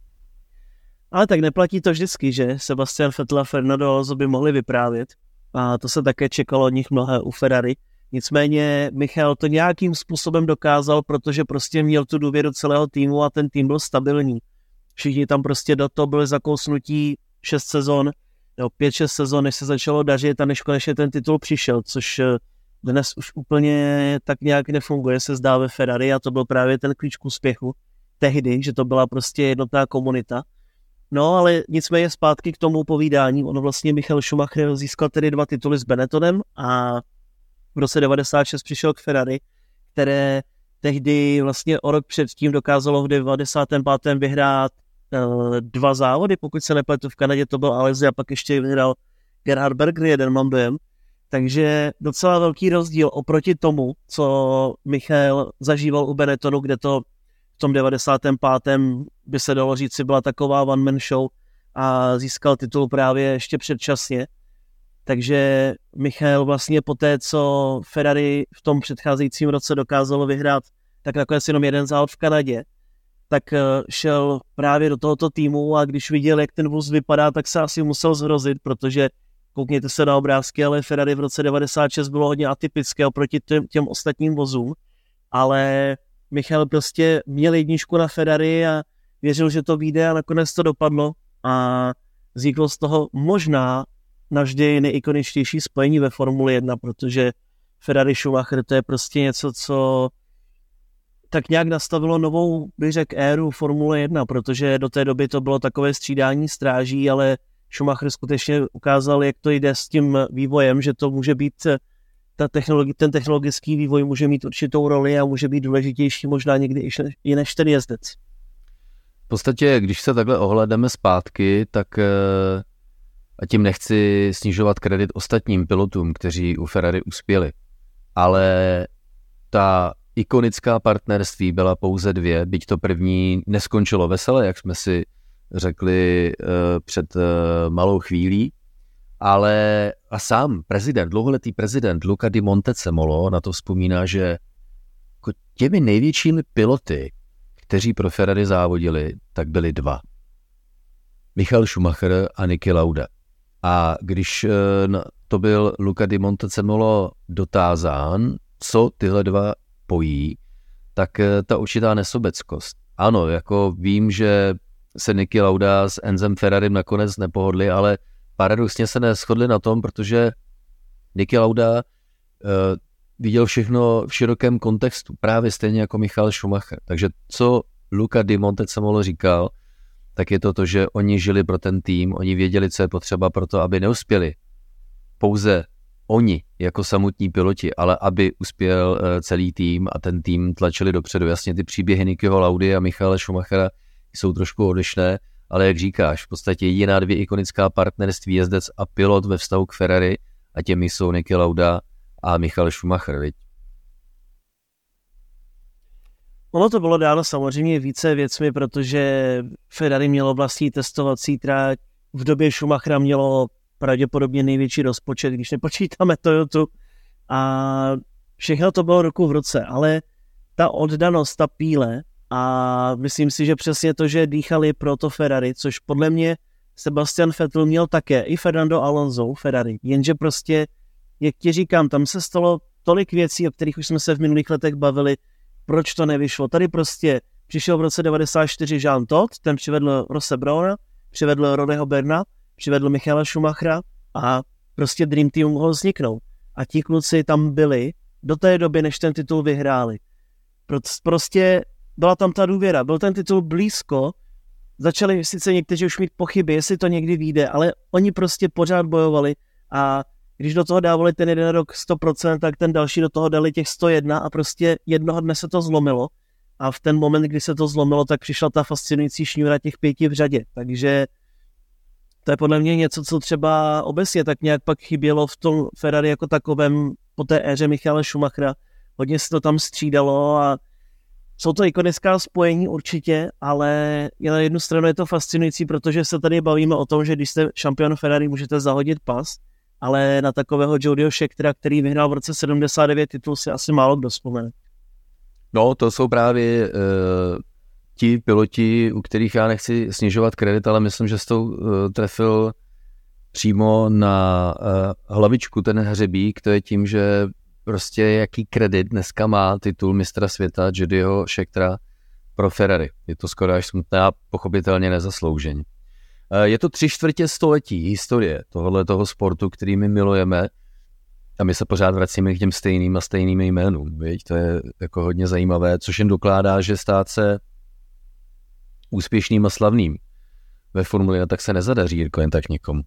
Ale tak neplatí to vždycky, že Sebastian Vettel a Fernando Alonso by mohli vyprávět. A to se také čekalo od nich mnohé u Ferrari. Nicméně Michael to nějakým způsobem dokázal, protože prostě měl tu důvěru celého týmu a ten tým byl stabilní. Všichni tam prostě do toho byli zakousnutí šest sezon, nebo pět, šest sezon, než se začalo dařit a než konečně ten titul přišel, což dnes už úplně tak nějak nefunguje, se zdá ve Ferrari, a to byl právě ten klíč k úspěchu tehdy, že to byla prostě jednotná komunita. No, ale nicméně zpátky k tomu povídání. Ono vlastně Michael Schumacher získal tedy dva tituly s Benettonem a v roce devadesát šest přišel k Ferrari, které tehdy vlastně o rok předtím dokázalo v devadesátém pátém vyhrát uh, dva závody, pokud se nepletu, v Kanadě to byl Alesi a pak ještě vyhrál Gerhard Berger, jeden mám dojem. Takže docela velký rozdíl oproti tomu, co Michael zažíval u Benettonu, kde to v tom devadesátém pátém by se dalo říct, si byla taková one-man show a získal titul právě ještě předčasně. Takže Michael vlastně po té, co Ferrari v tom předcházejícím roce dokázalo vyhrát tak nakonec jenom jeden závod v Kanadě, tak šel právě do tohoto týmu a když viděl, jak ten vůz vypadá, tak se asi musel zhrozit, protože koukněte se na obrázky, ale Ferrari v roce devadesát šest bylo hodně atypické oproti těm, těm ostatním vozům, ale Michael prostě měl jedničku na Ferrari a věřil, že to vyjde a nakonec to dopadlo a vzniklo z toho možná navždy nejikoničtější spojení ve Formuli jedna, protože Ferrari Schumacher to je prostě něco, co tak nějak nastavilo novou, bych řekl, éru Formule jedna, protože do té doby to bylo takové střídání stráží, ale Schumacher skutečně ukázal, jak to jde s tím vývojem, že to může být, ta technologi- ten technologický vývoj může mít určitou roli a může být důležitější možná někdy i než ten jezdec. V podstatě, když se takhle ohlédneme zpátky, tak a tím nechci snižovat kredit ostatním pilotům, kteří u Ferrari uspěli, ale ta ikonická partnerství byla pouze dvě, byť to první neskončilo vesele, jak jsme si řekli uh, před uh, malou chvílí, ale a sám prezident, dlouholetý prezident Luca di Montezemolo na to vzpomíná, že jako těmi největšími piloty, kteří pro Ferrari závodili, tak byli dva. Michael Schumacher a Niki Lauda. A když uh, to byl Luca di Montezemolo dotázán, co tyhle dva pojí, tak uh, ta určitá nesobeckost. Ano, jako vím, že se Niki Lauda s Enzem Ferrarim nakonec nepohodli, ale paradoxně se neshodli na tom, protože Niki Lauda uh, viděl všechno v širokém kontextu, právě stejně jako Michael Schumacher. Takže co Luca Di Montezemolo říkal, tak je to to, že oni žili pro ten tým, oni věděli, co je potřeba pro to, aby neuspěli pouze oni jako samotní piloti, ale aby uspěl celý tým a ten tým tlačili dopředu. Jasně ty příběhy Nickyho Laudy a Michaela Schumachera jsou trošku odlišné, ale jak říkáš, v podstatě jediná dvě ikonická partnerství jezdec a pilot ve vztahu k Ferrari a těmi jsou Nicky Lauda a Michael Schumacher, viď? Ono to bylo dáno samozřejmě více věcmi, protože Ferrari mělo vlastní testovací trať, v době Schumachera mělo pravděpodobně největší rozpočet, když nepočítáme Toyotu, a všechno to bylo ruku v ruce, ale ta oddanost, ta píle, a myslím si, že přesně to, že dýchali pro to Ferrari, což podle mě Sebastian Vettel měl také, i Fernando Alonso Ferrari, jenže prostě, jak ti říkám, tam se stalo tolik věcí, o kterých už jsme se v minulých letech bavili, proč to nevyšlo. Tady prostě přišel v roce devadesát čtyři Jean Todt, ten přivedl Rosse Brauna, přivedl Ronnieho Berna, přivedl Michaela Schumachera a prostě Dream Team mohl vzniknout. A ti kluci tam byli do té doby, než ten titul vyhráli. Prostě byla tam ta důvěra, byl ten titul blízko, začali sice někteří už mít pochyby, jestli to někdy vyjde, ale oni prostě pořád bojovali a když do toho dávali ten jeden rok sto procent, tak ten další do toho dali těch sto jedna a prostě jednoho dne se to zlomilo a v ten moment, kdy se to zlomilo, tak přišla ta fascinující šňůra těch pěti v řadě, takže to je podle mě něco, co třeba obecně tak nějak pak chybělo v tom Ferrari jako takovém po té éře Michaela Schumachera, hodně se to tam střídalo a jsou to ikonická spojení určitě, ale na jednu stranu je to fascinující, protože se tady bavíme o tom, že když jste šampion Ferrari, můžete zahodit pas, ale na takového Jodieho Schectera, který vyhrál v roce sedmdesát devět titul, si asi málo kdo vzpomene. No, to jsou právě uh, ti piloti, u kterých já nechci snižovat kredit, ale myslím, že jsi to uh, trefil přímo na uh, hlavičku ten hřebík, to je tím, že prostě jaký kredit dneska má titul mistra světa Jodieho Schectera pro Ferrari. Je to skoro až smutné a pochopitelně nezasloužení. Je to tři čtvrtě století historie tohohle toho sportu, který my milujeme a my se pořád vracíme k těm stejným a stejným jménům. Viď? To je jako hodně zajímavé, což jen dokládá, že stát se úspěšným a slavným ve Formuli tak se nezadaří jako jen tak nikomu.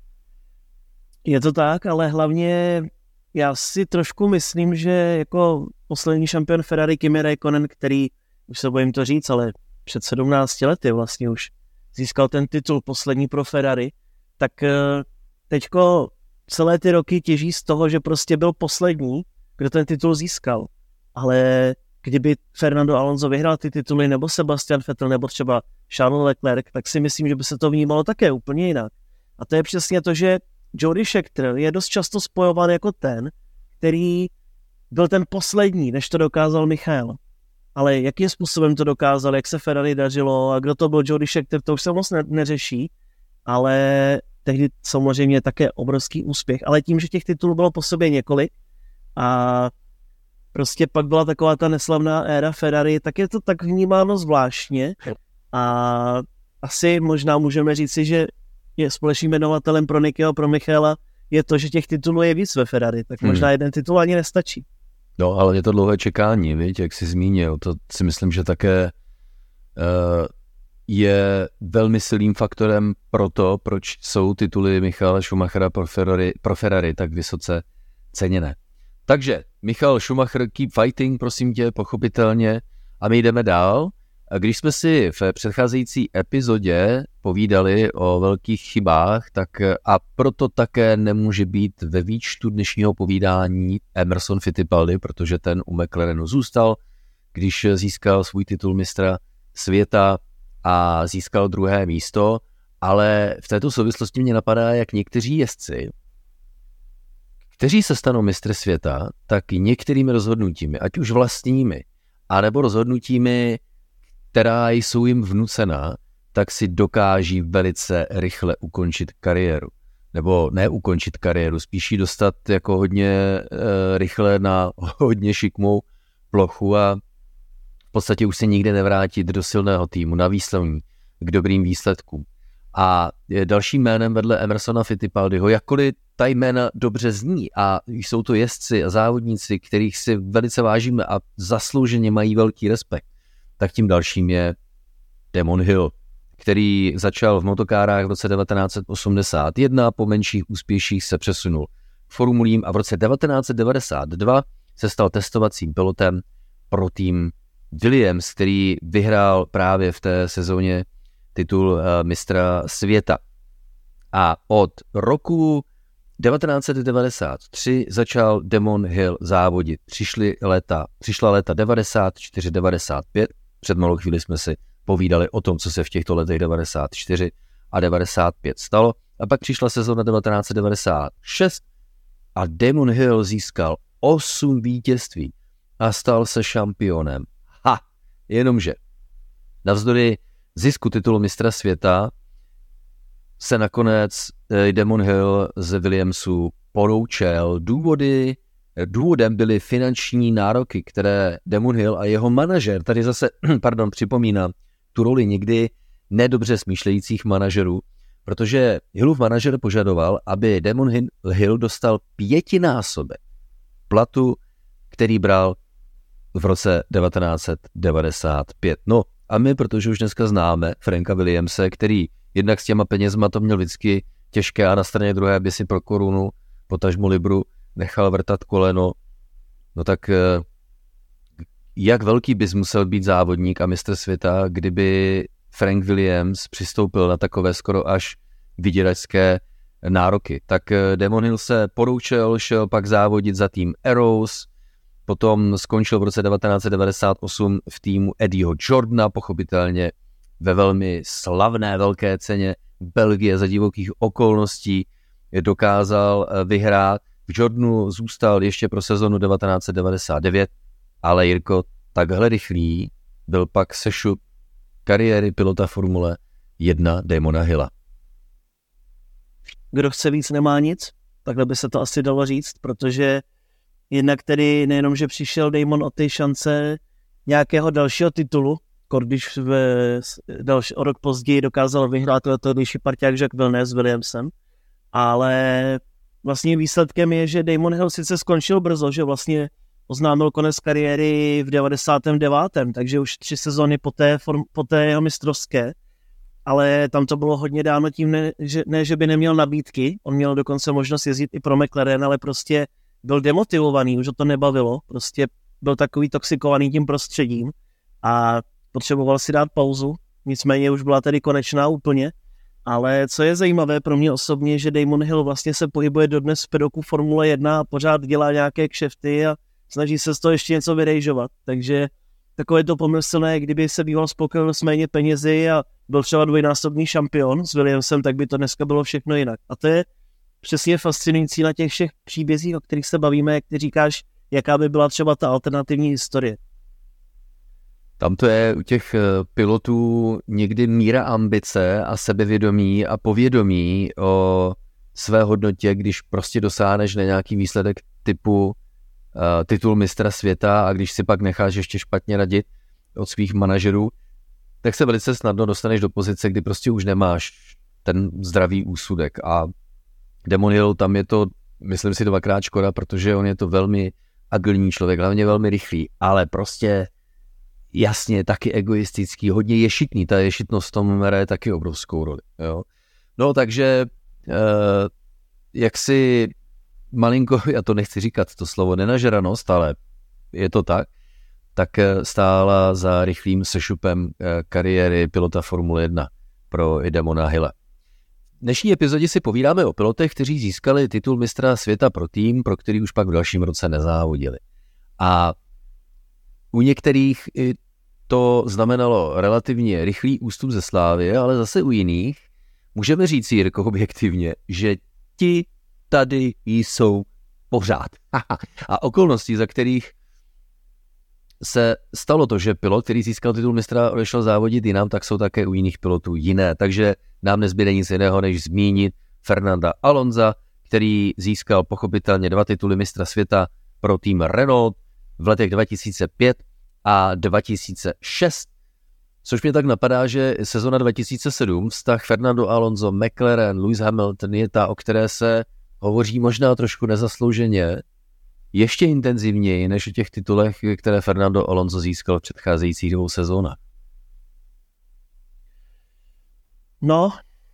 Je to tak, ale hlavně já si trošku myslím, že jako poslední šampion Ferrari Kimi Räikkönen, který, už se bojím to říct, ale před sedmnácti lety vlastně už získal ten titul poslední pro Ferrari, tak teďko celé ty roky těží z toho, že prostě byl poslední, kdo ten titul získal. Ale kdyby Fernando Alonso vyhrál ty tituly, nebo Sebastian Vettel, nebo třeba Charles Leclerc, tak si myslím, že by se to vnímalo také úplně jinak. A to je přesně to, že Jody Scheckter je dost často spojován jako ten, který byl ten poslední, než to dokázal Michael. Ale jakým způsobem to dokázal, jak se Ferrari dařilo a kdo to byl Jody Scheckter, to už se moc ne- neřeší, ale tehdy samozřejmě také obrovský úspěch. Ale tím, že těch titulů bylo po sobě několik a prostě pak byla taková ta neslavná éra Ferrari, tak je to tak vnímáno zvláštně a asi možná můžeme říci, že je společným jmenovatelem pro Nickyho, pro Michaela je to, že těch titulů je víc ve Ferrari, tak možná hmm. jeden titul ani nestačí. No, ale je to dlouhé čekání, viď, jak jsi zmínil. To si myslím, že také uh, je velmi silným faktorem pro to, proč jsou tituly Michaela Schumachera pro Ferrari, pro Ferrari tak vysoce ceněné. Takže Michael Schumacher, keep fighting, prosím tě, pochopitelně. A my jdeme dál. Když jsme si v předcházející epizodě povídali o velkých chybách, tak a proto také nemůže být ve výčtu dnešního povídání Emerson Fittipaldi, protože ten u McLarenu zůstal, když získal svůj titul mistra světa a získal druhé místo, ale v této souvislosti mě napadá, jak někteří jezdci, kteří se stanou mistry světa, tak některými rozhodnutími, ať už vlastními, anebo rozhodnutími, která jsou jim vnucená, tak si dokáží velice rychle ukončit kariéru. Nebo ne ukončit kariéru, spíš ji dostat jako hodně e, rychle na hodně šikmou plochu a v podstatě už se nikdy nevrátit do silného týmu, na výslední, k dobrým výsledkům. A dalším jménem vedle Emersona Fittipaldiho, jakkoliv ta jména dobře zní a jsou to jezdci a závodníci, kterých si velice vážíme a zaslouženě mají velký respekt, tak tím dalším je Damon Hill, který začal v motokárách v roce devatenáct set osmdesát jedna, po menších úspěších se přesunul k formulím a v roce devatenáct set devadesát dva se stal testovacím pilotem pro tým Williams, který vyhrál právě v té sezóně titul uh, mistra světa. A od roku devatenáct set devadesát tři začal Damon Hill závodit. Přišly léta, přišla léta devadesát čtyři devadesát pět, před malou chvíli jsme si povídali o tom, co se v těchto letech devadesát čtyři a devadesát pět stalo. A pak přišla sezóna devatenáct set devadesát šest a Damon Hill získal osm vítězství a stal se šampionem. Ha! Jenomže navzdory zisku titulu mistra světa se nakonec Damon Hill z Williamsu poroučel. Důvody, důvodem byly finanční nároky, které Damon Hill a jeho manažer, tady zase, pardon, připomínám, tu roli někdy nedobře smýšlejících manažerů, protože Hillův manažer požadoval, aby Damon Hill dostal pětinásobek platu, který bral v roce devatenáct set devadesát pět. No a my, protože už dneska známe Franka Williamse, který jednak s těma penězma to měl vždycky těžké a na straně druhé by si pro korunu, potažmo libru, nechal vrtat koleno, no tak jak velký bys musel být závodník a mistr světa, kdyby Frank Williams přistoupil na takové skoro až vyděračské nároky. Tak Damon Hill se poroučel, šel pak závodit za tým Arrows, potom skončil v roce devatenáct set devadesát osm v týmu Eddieho Jordana, pochopitelně ve velmi slavné velké ceně Belgie za divokých okolností dokázal vyhrát. V Jordanu zůstal ještě pro sezonu devatenáct set devadesát devět, ale Jirko, takhle rychlý byl pak sešup kariéry pilota Formule jedna Damona Hilla. Kdo chce víc, nemá nic, takhle by se to asi dalo říct, protože jednak tedy nejenom, že přišel Damon o ty šance nějakého dalšího titulu, když v další, o rok později dokázal vyhrát letošní parťák Jacques Villeneuve s Williamsem, ale vlastně výsledkem je, že Damon Hill sice skončil brzo, že vlastně oznámil konec kariéry v devadesátém devátém, takže už tři sezóny po té, form, po té jeho mistrovské, ale tam to bylo hodně dáno tím, ne že, ne, že by neměl nabídky, on měl dokonce možnost jezdit i pro McLaren, ale prostě byl demotivovaný, už ho to nebavilo, prostě byl takový toxikovaný tím prostředím a potřeboval si dát pauzu, nicméně už byla tedy konečná úplně, ale co je zajímavé pro mě osobně, že Damon Hill vlastně se pohybuje dodnes v pedoku Formule jedna a pořád dělá nějaké kšefty a snaží se z toho ještě něco vyrejžovat, takže takové to pomyslné, kdyby se býval spokojil s méně penězi a byl třeba dvojnásobný šampion s Williamsem, tak by to dneska bylo všechno jinak. A to je přesně fascinující na těch všech příbězích, o kterých se bavíme, jak ty říkáš, jaká by byla třeba ta alternativní historie. Tam to je u těch pilotů někdy míra ambice a sebevědomí a povědomí o své hodnotě, když prostě dosáhneš na nějaký výsledek typu uh, titul mistra světa a když si pak necháš ještě špatně radit od svých manažerů, tak se velice snadno dostaneš do pozice, kdy prostě už nemáš ten zdravý úsudek. A Damon Hill, tam je to, myslím si, dvakrát škoda, protože on je to velmi agilní člověk, hlavně velmi rychlý, ale prostě jasně, taky egoistický, hodně ješitný, ta ješitnost v tom hraje taky obrovskou roli. Jo? No takže, eh, jak si malinko, já to nechci říkat, to slovo nenažranost, ale je to tak, tak stála za rychlým sešupem eh, kariéry pilota Formule jedna pro Damona Hilla. V dnešní epizodě si povídáme o pilotech, kteří získali titul mistra světa pro tým, pro který už pak v dalším roce nezávodili. A u některých to znamenalo relativně rychlý ústup ze slávy, ale zase u jiných můžeme říct, Jirko, objektivně, že ti tady jsou pořád. A okolností, za kterých se stalo to, že pilot, který získal titul mistra, odešel závodit jinam, tak jsou také u jiných pilotů jiné. Takže nám nezbyde nic jiného, než zmínit Fernanda Alonsa, který získal pochopitelně dva tituly mistra světa pro tým Renault v letech dva tisíce pět a dva tisíce šest, Což mě tak napadá, že sezona dva tisíce sedm, vztah Fernando Alonso, McLaren, Lewis Hamilton je ta, o které se hovoří možná trošku nezaslouženě, ještě intenzivněji než o těch titulech, které Fernando Alonso získal v předcházejících dvou sezónách. No,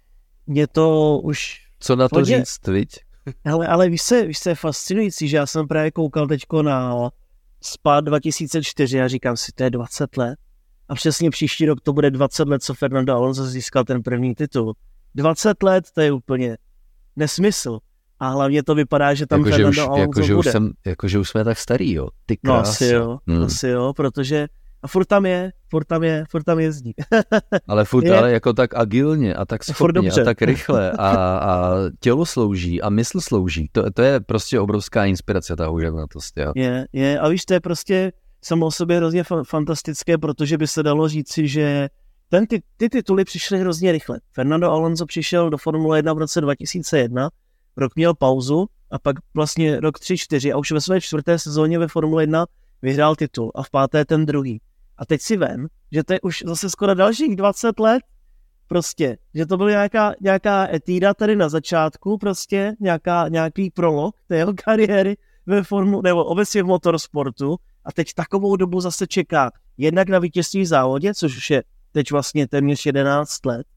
je to už... Co na to hodně... říct, viď? Hele, ale víš se, víš se, je fascinující, že já jsem právě koukal teďko na Spa dva tisíce čtyři a říkám si, to je dvacet let. A přesně příští rok to bude dvacet let, co Fernando Alonso získal ten první titul. dvacet let, to je úplně nesmysl. A hlavně to vypadá, že tam jako, Fernando že už, Alonso jako, že bude. Už jsem, jako, že už jsme tak starý, jo. Ty no asi jo, hmm. asi jo, protože a furt tam je, furt tam je, furt tam jezdí. ale furt je. Ale jako tak agilně a tak schopně a tak rychle a, a tělo slouží a mysl slouží. To, to je prostě obrovská inspirace, ta houževnatost. Jo. Je, je a víš, to je prostě samo o sobě hrozně fa- fantastické, protože by se dalo říci, že ten, ty, ty tituly přišly hrozně rychle. Fernando Alonso přišel do Formule jedna v roce dva tisíce jedna, rok měl pauzu a pak vlastně rok tři čtyři a už ve své čtvrté sezóně ve Formule jedna vyhrál titul a v páté ten druhý. A teď si vem, že to je už zase skoro dalších dvacet let, prostě, že to byla nějaká, nějaká etída tady na začátku, prostě nějaká, nějaký prolog té jeho kariéry ve formu, nebo obecně v motorsportu a teď takovou dobu zase čeká jednak na vítězství v závodě, což už je teď vlastně téměř jedenáct let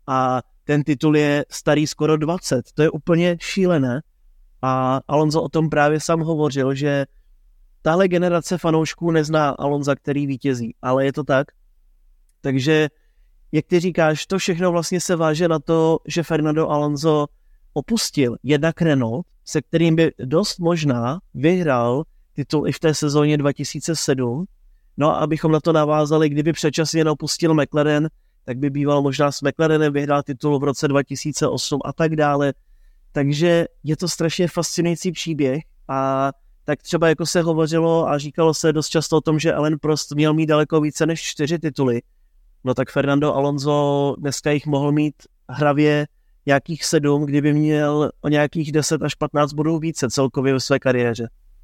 a ten titul je starý skoro dvacet, to je úplně šílené a Alonso o tom právě sám hovořil, že tahle generace fanoušků nezná Alonza, který vítězí, ale je to tak. Takže, jak ty říkáš, to všechno vlastně se váže na to, že Fernando Alonso opustil jednak Renault, se kterým by dost možná vyhrál titul i v té sezóně dva tisíce sedm. No a abychom na to navázali, kdyby předčasně opustil McLaren, tak by býval možná s McLarenem vyhrál titul v roce dva tisíce osm a tak dále. Takže je to strašně fascinující příběh a tak třeba jako se hovořilo a říkalo se dost často o tom, že Alain Prost měl mít daleko více než čtyři tituly, no tak Fernando Alonso dneska jich mohl mít hravě nějakých sedm, kdyby měl o nějakých deset až patnáct bodů více celkově ve své kariéře.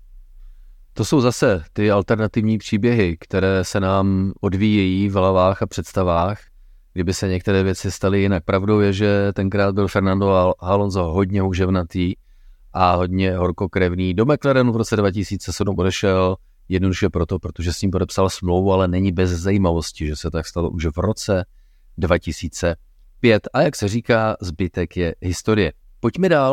To jsou zase ty alternativní příběhy, které se nám odvíjejí v hlavách a představách, kdyby se některé věci staly jinak. Pravdou je, že tenkrát byl Fernando Alonso hodně houževnatý a hodně horkokrevný. Do McLarenu v roce dva tisíce sedm odešel jednoduše proto, protože s ním podepsal smlouvu, ale není bez zajímavosti, že se tak stalo už v roce dva tisíce pět. A jak se říká, zbytek je historie. Pojďme dál.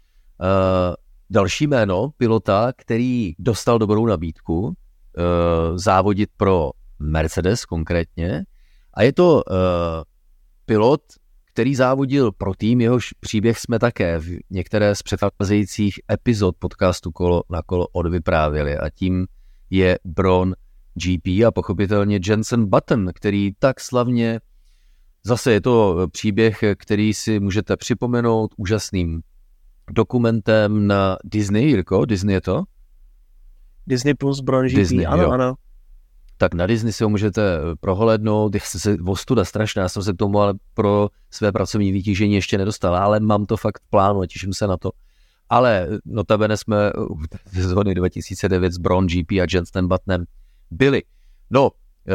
Uh, další jméno pilota, který dostal dobrou nabídku, uh, závodit pro Mercedes konkrétně. A je to uh, pilot, který závodil pro tým, jehož příběh jsme také v některé z předcházejících epizod podcastu Kolo na kolo odvyprávěli a tím je Brawn G P a pochopitelně Jenson Button, který tak slavně, zase je to příběh, který si můžete připomenout úžasným dokumentem na Disney, Jirko, Disney je to? Disney plus Brawn G P, Disney, ano, jo. ano. Tak na Disney si ho můžete prohlédnout, já jsem se ostuda strašná, já jsem se k tomu ale pro své pracovní vytížení ještě nedostal, ale mám to fakt v plánu a těším se na to. Ale notabene jsme v sezóně dva tisíce devět s Brawn G P a Jensonem Buttonem byli. No,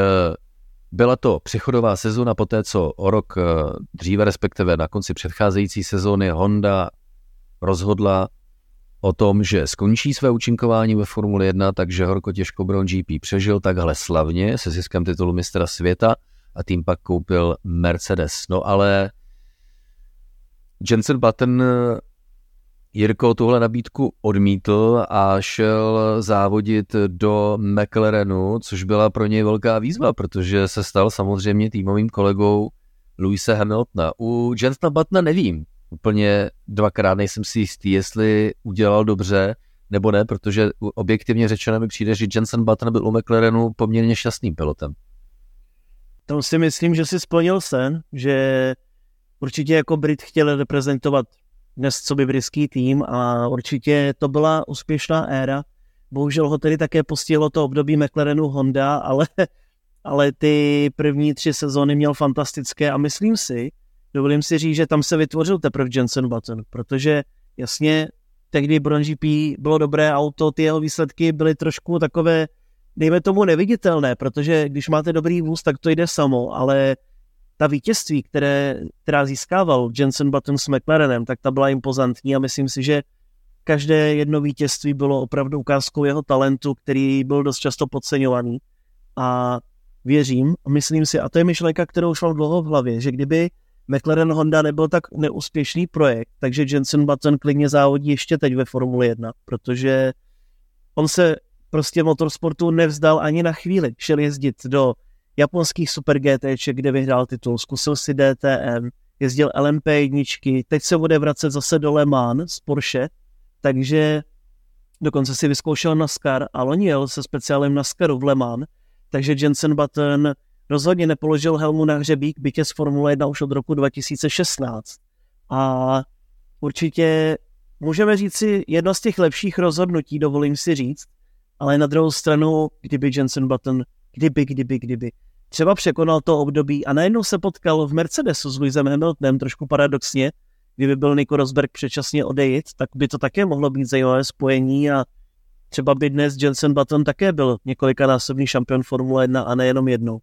byla to přechodová sezóna poté, co o rok dříve, respektive na konci předcházející sezóny Honda rozhodla o tom, že skončí své účinkování ve Formule jedna, takže horko těžko Brawn G P přežil takhle slavně se ziskem titulu mistra světa a tím pak koupil Mercedes. No ale Jenson Button, Jirko, tuhle nabídku odmítl a šel závodit do McLarenu, což byla pro něj velká výzva, protože se stal samozřejmě týmovým kolegou Lewise Hamiltona. U Jensona Buttona nevím. Úplně dvakrát nejsem si jistý, jestli udělal dobře nebo ne, protože objektivně řečeno mi přijde, že Jenson Button byl u McLarenu poměrně šťastným pilotem. Tam si myslím, že si splnil sen, že určitě jako Brit chtěl reprezentovat dnes co by britský tým a určitě to byla úspěšná éra. Bohužel ho tedy také postihlo to období McLarenu Honda, ale, ale ty první tři sezóny měl fantastické a myslím si, dovolím si říct, že tam se vytvořil teprve Jenson Button, protože jasně tehdy Brawn G P bylo dobré auto, ty jeho výsledky byly trošku takové dejme tomu neviditelné, protože když máte dobrý vůz, tak to jde samo, ale ta vítězství, které, která získával Jenson Button s McLarenem, tak ta byla impozantní a myslím si, že každé jedno vítězství bylo opravdu ukázkou jeho talentu, který byl dost často podceňovaný. A věřím, a myslím si, a to je myšlenka, kterou už mám dlouho v hlavě, že kdyby McLaren Honda nebyl tak neúspěšný projekt, takže Jenson Button klidně závodí ještě teď ve Formule jedna, protože on se prostě motorsportu nevzdal ani na chvíli. Šel jezdit do japonských Super GTček, kde vyhrál titul, zkusil si D T M, jezdil L M P jedna, teď se bude vracet zase do Le Mans z Porsche, takže dokonce si vyzkoušel NASCAR a loni jel se speciálem NASCARu v Le Mans, takže Jenson Button rozhodně nepoložil helmu na hřebík, bytě z Formule jedna už od roku dva tisíce šestnáct. A určitě můžeme říct si jedno z těch lepších rozhodnutí, dovolím si říct, ale na druhou stranu, kdyby Jenson Button, kdyby, kdyby, kdyby, třeba překonal to období a najednou se potkal v Mercedesu s Lewisem Hamiltonem, trošku paradoxně, kdyby byl Nico Rosberg předčasně odejít, tak by to také mohlo být zajímavé spojení a třeba by dnes Jenson Button také byl několikanásobný šampion Formule jedna a nejenom jednou.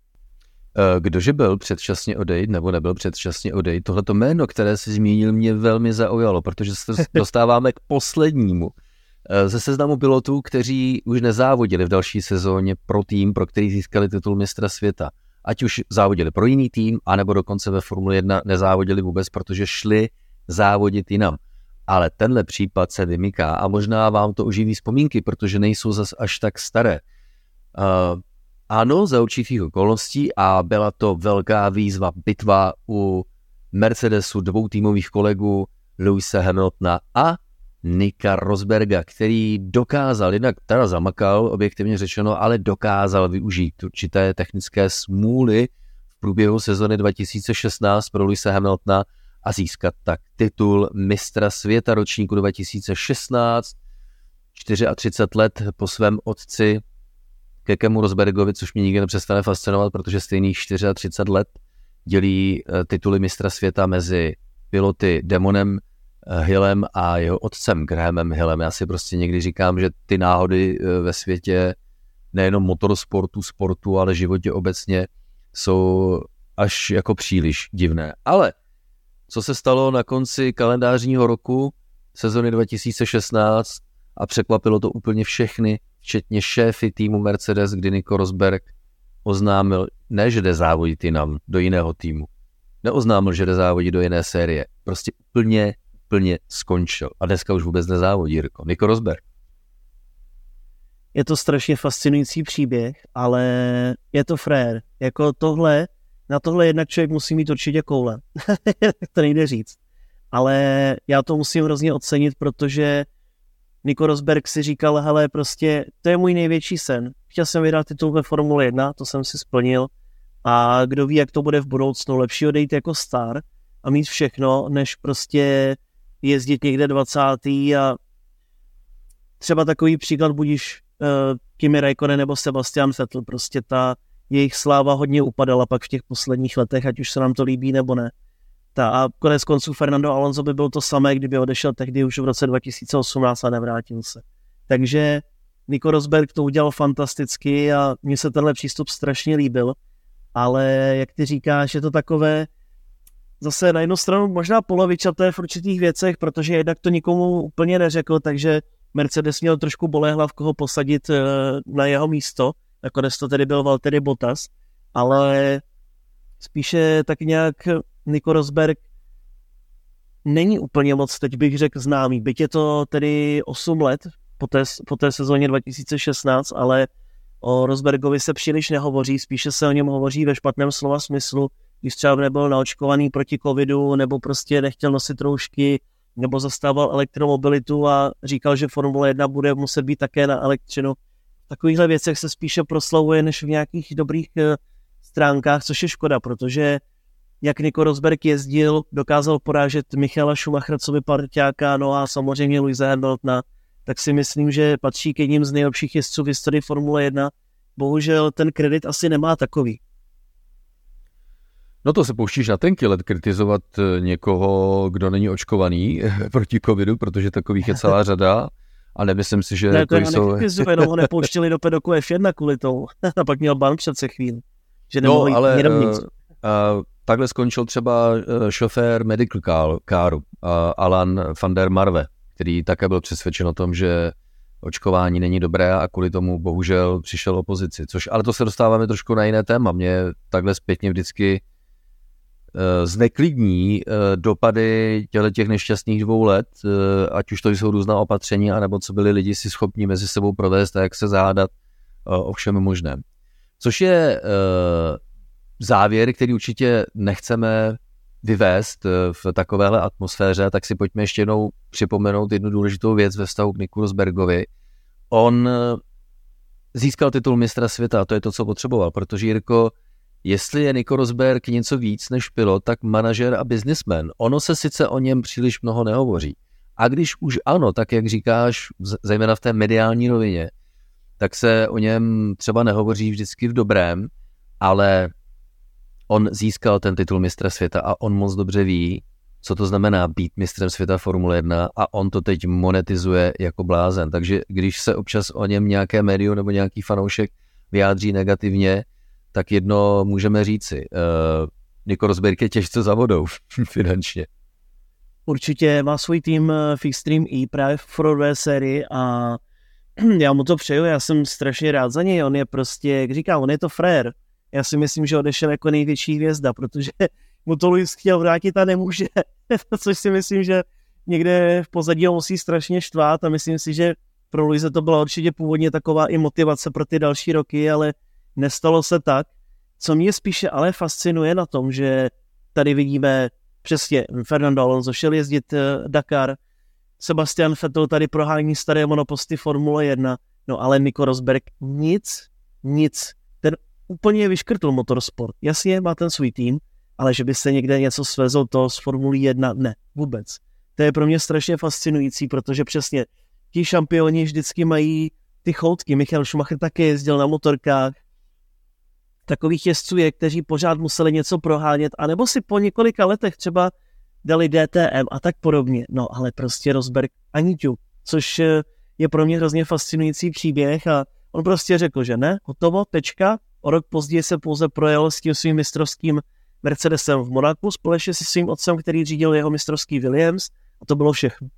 Kdože byl předčasně odejít nebo nebyl předčasně odejít? Tohleto jméno, které jsi zmínil, mě velmi zaujalo, protože se dostáváme k poslednímu ze seznamu pilotů, kteří už nezávodili v další sezóně pro tým, pro který získali titul mistra světa. Ať už závodili pro jiný tým, anebo dokonce ve Formule jedna nezávodili vůbec, protože šli závodit jinam. Ale tenhle případ se vymyká a možná vám to oživí vzpomínky, protože nejsou zas až tak staré. Uh, ano, za určitých okolností a byla to velká výzva, bitva u Mercedesu dvou týmových kolegů Lewise Hamiltona a Nika Rosberga, který dokázal, jednak teda zamakal, objektivně řečeno, ale dokázal využít určité technické smůly v průběhu sezony dva tisíce šestnáct pro Lewise Hamiltona a získat tak titul mistra světa ročníku dva tisíce šestnáct, třicet čtyři let po svém otci Kekemu Rosbergovi, což mě nikdy nepřestane fascinovat, protože stejných třicet čtyři let dělí tituly mistra světa mezi piloty Damonem Hillem a jeho otcem Grahamem Hillem. Já si prostě někdy říkám, že ty náhody ve světě nejenom motorsportu, sportu, ale životě obecně jsou až jako příliš divné. Ale co se stalo na konci kalendářního roku sezony dva tisíce šestnáct a překvapilo to úplně všechny, včetně šéfy týmu Mercedes, kdy Nico Rosberg oznámil, ne, že jde závodit jinam, do jiného týmu. Neoznámil, že jde závodit do jiné série. Prostě úplně, úplně skončil. A dneska už vůbec nezávodí, Jirko. Nico Rosberg. Je to strašně fascinující příběh, ale je to frér. Jako tohle, na tohle jednak člověk musí mít určitě koule. To nejde říct. Ale já to musím hrozně ocenit, protože Nico Rosberg si říkal, hele, prostě to je můj největší sen. Chtěl jsem vyhrát titul ve Formule jedna, to jsem si splnil. A kdo ví, jak to bude v budoucnu. Lepší odejít jako star a mít všechno, než prostě jezdit někde dvacátý a třeba takový příklad budíš uh, Kimi Räikkönen nebo Sebastian Vettel. Prostě ta jejich sláva hodně upadala pak v těch posledních letech, ať už se nám to líbí nebo ne. Ta, a konec konců Fernando Alonso by byl to samé, kdyby odešel tehdy už v roce dva tisíce osmnáct a nevrátil se. Takže Nico Rosberg to udělal fantasticky a mně se tenhle přístup strašně líbil, ale jak ty říkáš, je to takové zase na jednu stranu možná polovičaté v určitých věcech, protože jednak to nikomu úplně neřekl, takže Mercedes měl trošku boléhlav, koho posadit na jeho místo, nakonec to tedy byl Valtteri Bottas, ale spíše tak nějak Nico Rosberg není úplně moc, teď bych řekl, známý. Byť je to tedy osm let po té, po té sezóně dva tisíce šestnáct, ale o Rosbergovi se příliš nehovoří, spíše se o něm hovoří ve špatném slova smyslu, když třeba nebyl naočkovaný proti covidu, nebo prostě nechtěl nosit roušky, nebo zastával elektromobilitu a říkal, že Formule jedna bude muset být také na elektřinu. V takovýchhle věcech se spíše proslavuje, než v nějakých dobrých stránkách, což je škoda, protože jak Nico Rosberg jezdil, dokázal porážet Michaela Schumachera, co by parťáka, no a samozřejmě Lewise Hamiltona, tak si myslím, že patří k jedním z nejlepších jezdců v historii Formule jedna. Bohužel ten kredit asi nemá takový. No to se pouštíš na tenký let kritizovat někoho, kdo není očkovaný proti covidu, protože takových je celá řada. A nemyslím si, že ne, to to jsou... Ne, jenom ho nepouštěli do pedoku F jedna kvůli tomu. A pak měl ban přece chvíli. Že nemohl no, ale uh, uh, takhle skončil třeba uh, šofér medical car, caru, uh, Alan van der Marve, který také byl přesvědčen o tom, že očkování není dobré a kvůli tomu bohužel přišel opozici. Což, ale to se dostáváme trošku na jiné téma. Mě takhle zpětně vždycky uh, zneklidní uh, dopady těch nešťastných dvou let, uh, ať už to jsou různá opatření, anebo co byli lidi si schopni mezi sebou provést a jak se zádat uh, o všem možném. Což je uh, závěr, který určitě nechceme vyvést uh, v takovéhle atmosféře, tak si pojďme ještě jednou připomenout jednu důležitou věc ve vztahu k Niku Rosbergovi. On uh, získal titul mistra světa, to je to, co potřeboval, protože Jirko, jestli je Nico Rosberg něco víc než pilot, tak manažer a businessman. Ono se sice o něm příliš mnoho nehovoří. A když už ano, tak jak říkáš, zejména v té mediální rovině, tak se o něm třeba nehovoří vždycky v dobrém, ale on získal ten titul mistra světa a on moc dobře ví, co to znamená být mistrem světa Formule jedna a on to teď monetizuje jako blázen. Takže když se občas o něm nějaké médium nebo nějaký fanoušek vyjádří negativně, tak jedno můžeme říci. Uh, Nico Rosberg je těžce za vodou finančně. Určitě má svůj tým v Extreme E právě v Fordové sérii a já mu to přeju, já jsem strašně rád za něj, on je prostě, jak říkám, on je to frér. Já si myslím, že odešel jako největší hvězda, protože mu to Lewis chtěl vrátit a nemůže, což si myslím, že někde v pozadí ho musí strašně štvát a myslím si, že pro Lewise to byla určitě původně taková i motivace pro ty další roky, ale nestalo se tak. Co mě spíše ale fascinuje na tom, že tady vidíme přesně Fernando Alonso šel jezdit Dakar, Sebastian Vettel tady prohání staré monoposty Formule jedna, no ale Nico Rosberg nic, nic. Ten úplně vyškrtl motorsport. Jasně, má ten svůj tým, ale že by se někde něco svezl to z Formule jedna, ne, vůbec. To je pro mě strašně fascinující, protože přesně ti šampioni vždycky mají ty choutky. Michael Schumacher také jezdil na motorkách. Takových jezdců je, kteří pořád museli něco prohánět, anebo si po několika letech třeba dali D T M a tak podobně. No ale prostě Rosberg ani ťuk, což je pro mě hrozně fascinující příběh a on prostě řekl, že ne, hotovo, tečka. O rok později se pouze projel s tím svým mistrovským Mercedesem v Monaku společně se svým otcem, který řídil jeho mistrovský Williams a to bylo všechno.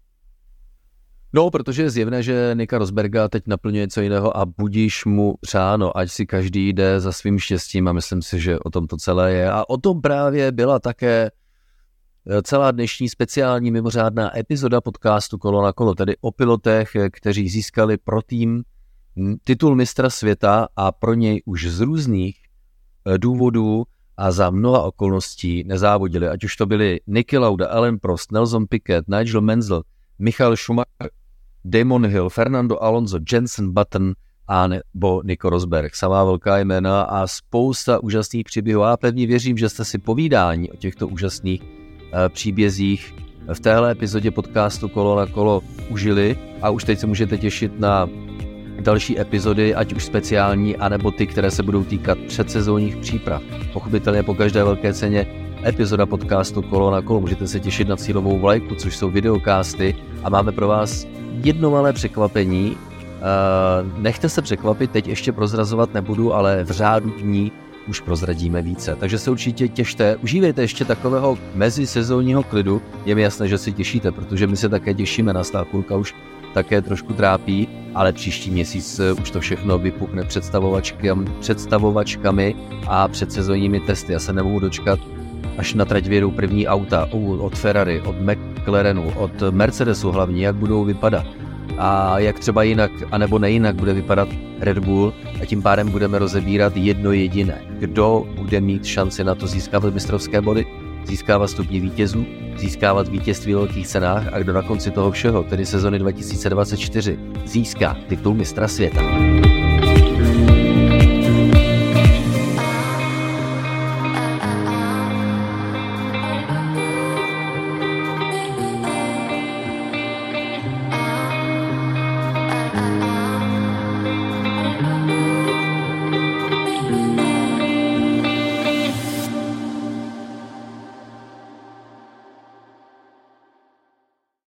No, protože je zjevné, že Nika Rosberga teď naplňuje co jiného a budíš mu přáno, ať si každý jde za svým štěstím a myslím si, že o tom to celé je. A o tom právě byla také celá dnešní speciální mimořádná epizoda podcastu Kolo na kolo, tedy o pilotech, kteří získali pro tým titul mistra světa a pro něj už z různých důvodů a za mnoha okolností nezávodili. Ať už to byli Niki Lauda, Alain Prost, Nelson Piquet, Nigel Mansell, Michael Schumacher, Damon Hill, Fernando Alonso, Jenson Button a nebo Nico Rosberg. Samá velká jména a spousta úžasných příběhů. Já pevně věřím, že jste si povídání o těchto úžasných uh, příbězích v téhle epizodě podcastu Kolo na kolo užili a už teď se můžete těšit na další epizody, ať už speciální, anebo ty, které se budou týkat předsezónních příprav. Pochopitelně po každé velké ceně epizoda podcastu Kolo na kolo. Můžete se těšit na cílovou vlajku, což jsou videokásty a máme pro vás jedno malé překvapení. Nechte se překvapit, teď ještě prozrazovat nebudu, ale v řádu dní už prozradíme více. Takže se určitě těšte, užívejte ještě takového mezisezónního klidu. Je mi jasné, že si těšíte, protože my se také těšíme na Stálkulka už také trošku trápí, ale příští měsíc už to všechno vypukne představovačkami, představovačkami a předsezónními testy. Já se nemohu dočkat, až na trať vědou první auta od Ferrari, od McLarenu, od Mercedesu hlavně, jak budou vypadat a jak třeba jinak, anebo nejinak bude vypadat Red Bull a tím pádem budeme rozebírat jedno jediné. Kdo bude mít šanci na to získávat mistrovské body, získávat stupně vítězů, získávat vítězství v velkých cenách a kdo na konci toho všeho, tedy sezony dva tisíce dvacet čtyři, získá titul mistra světa.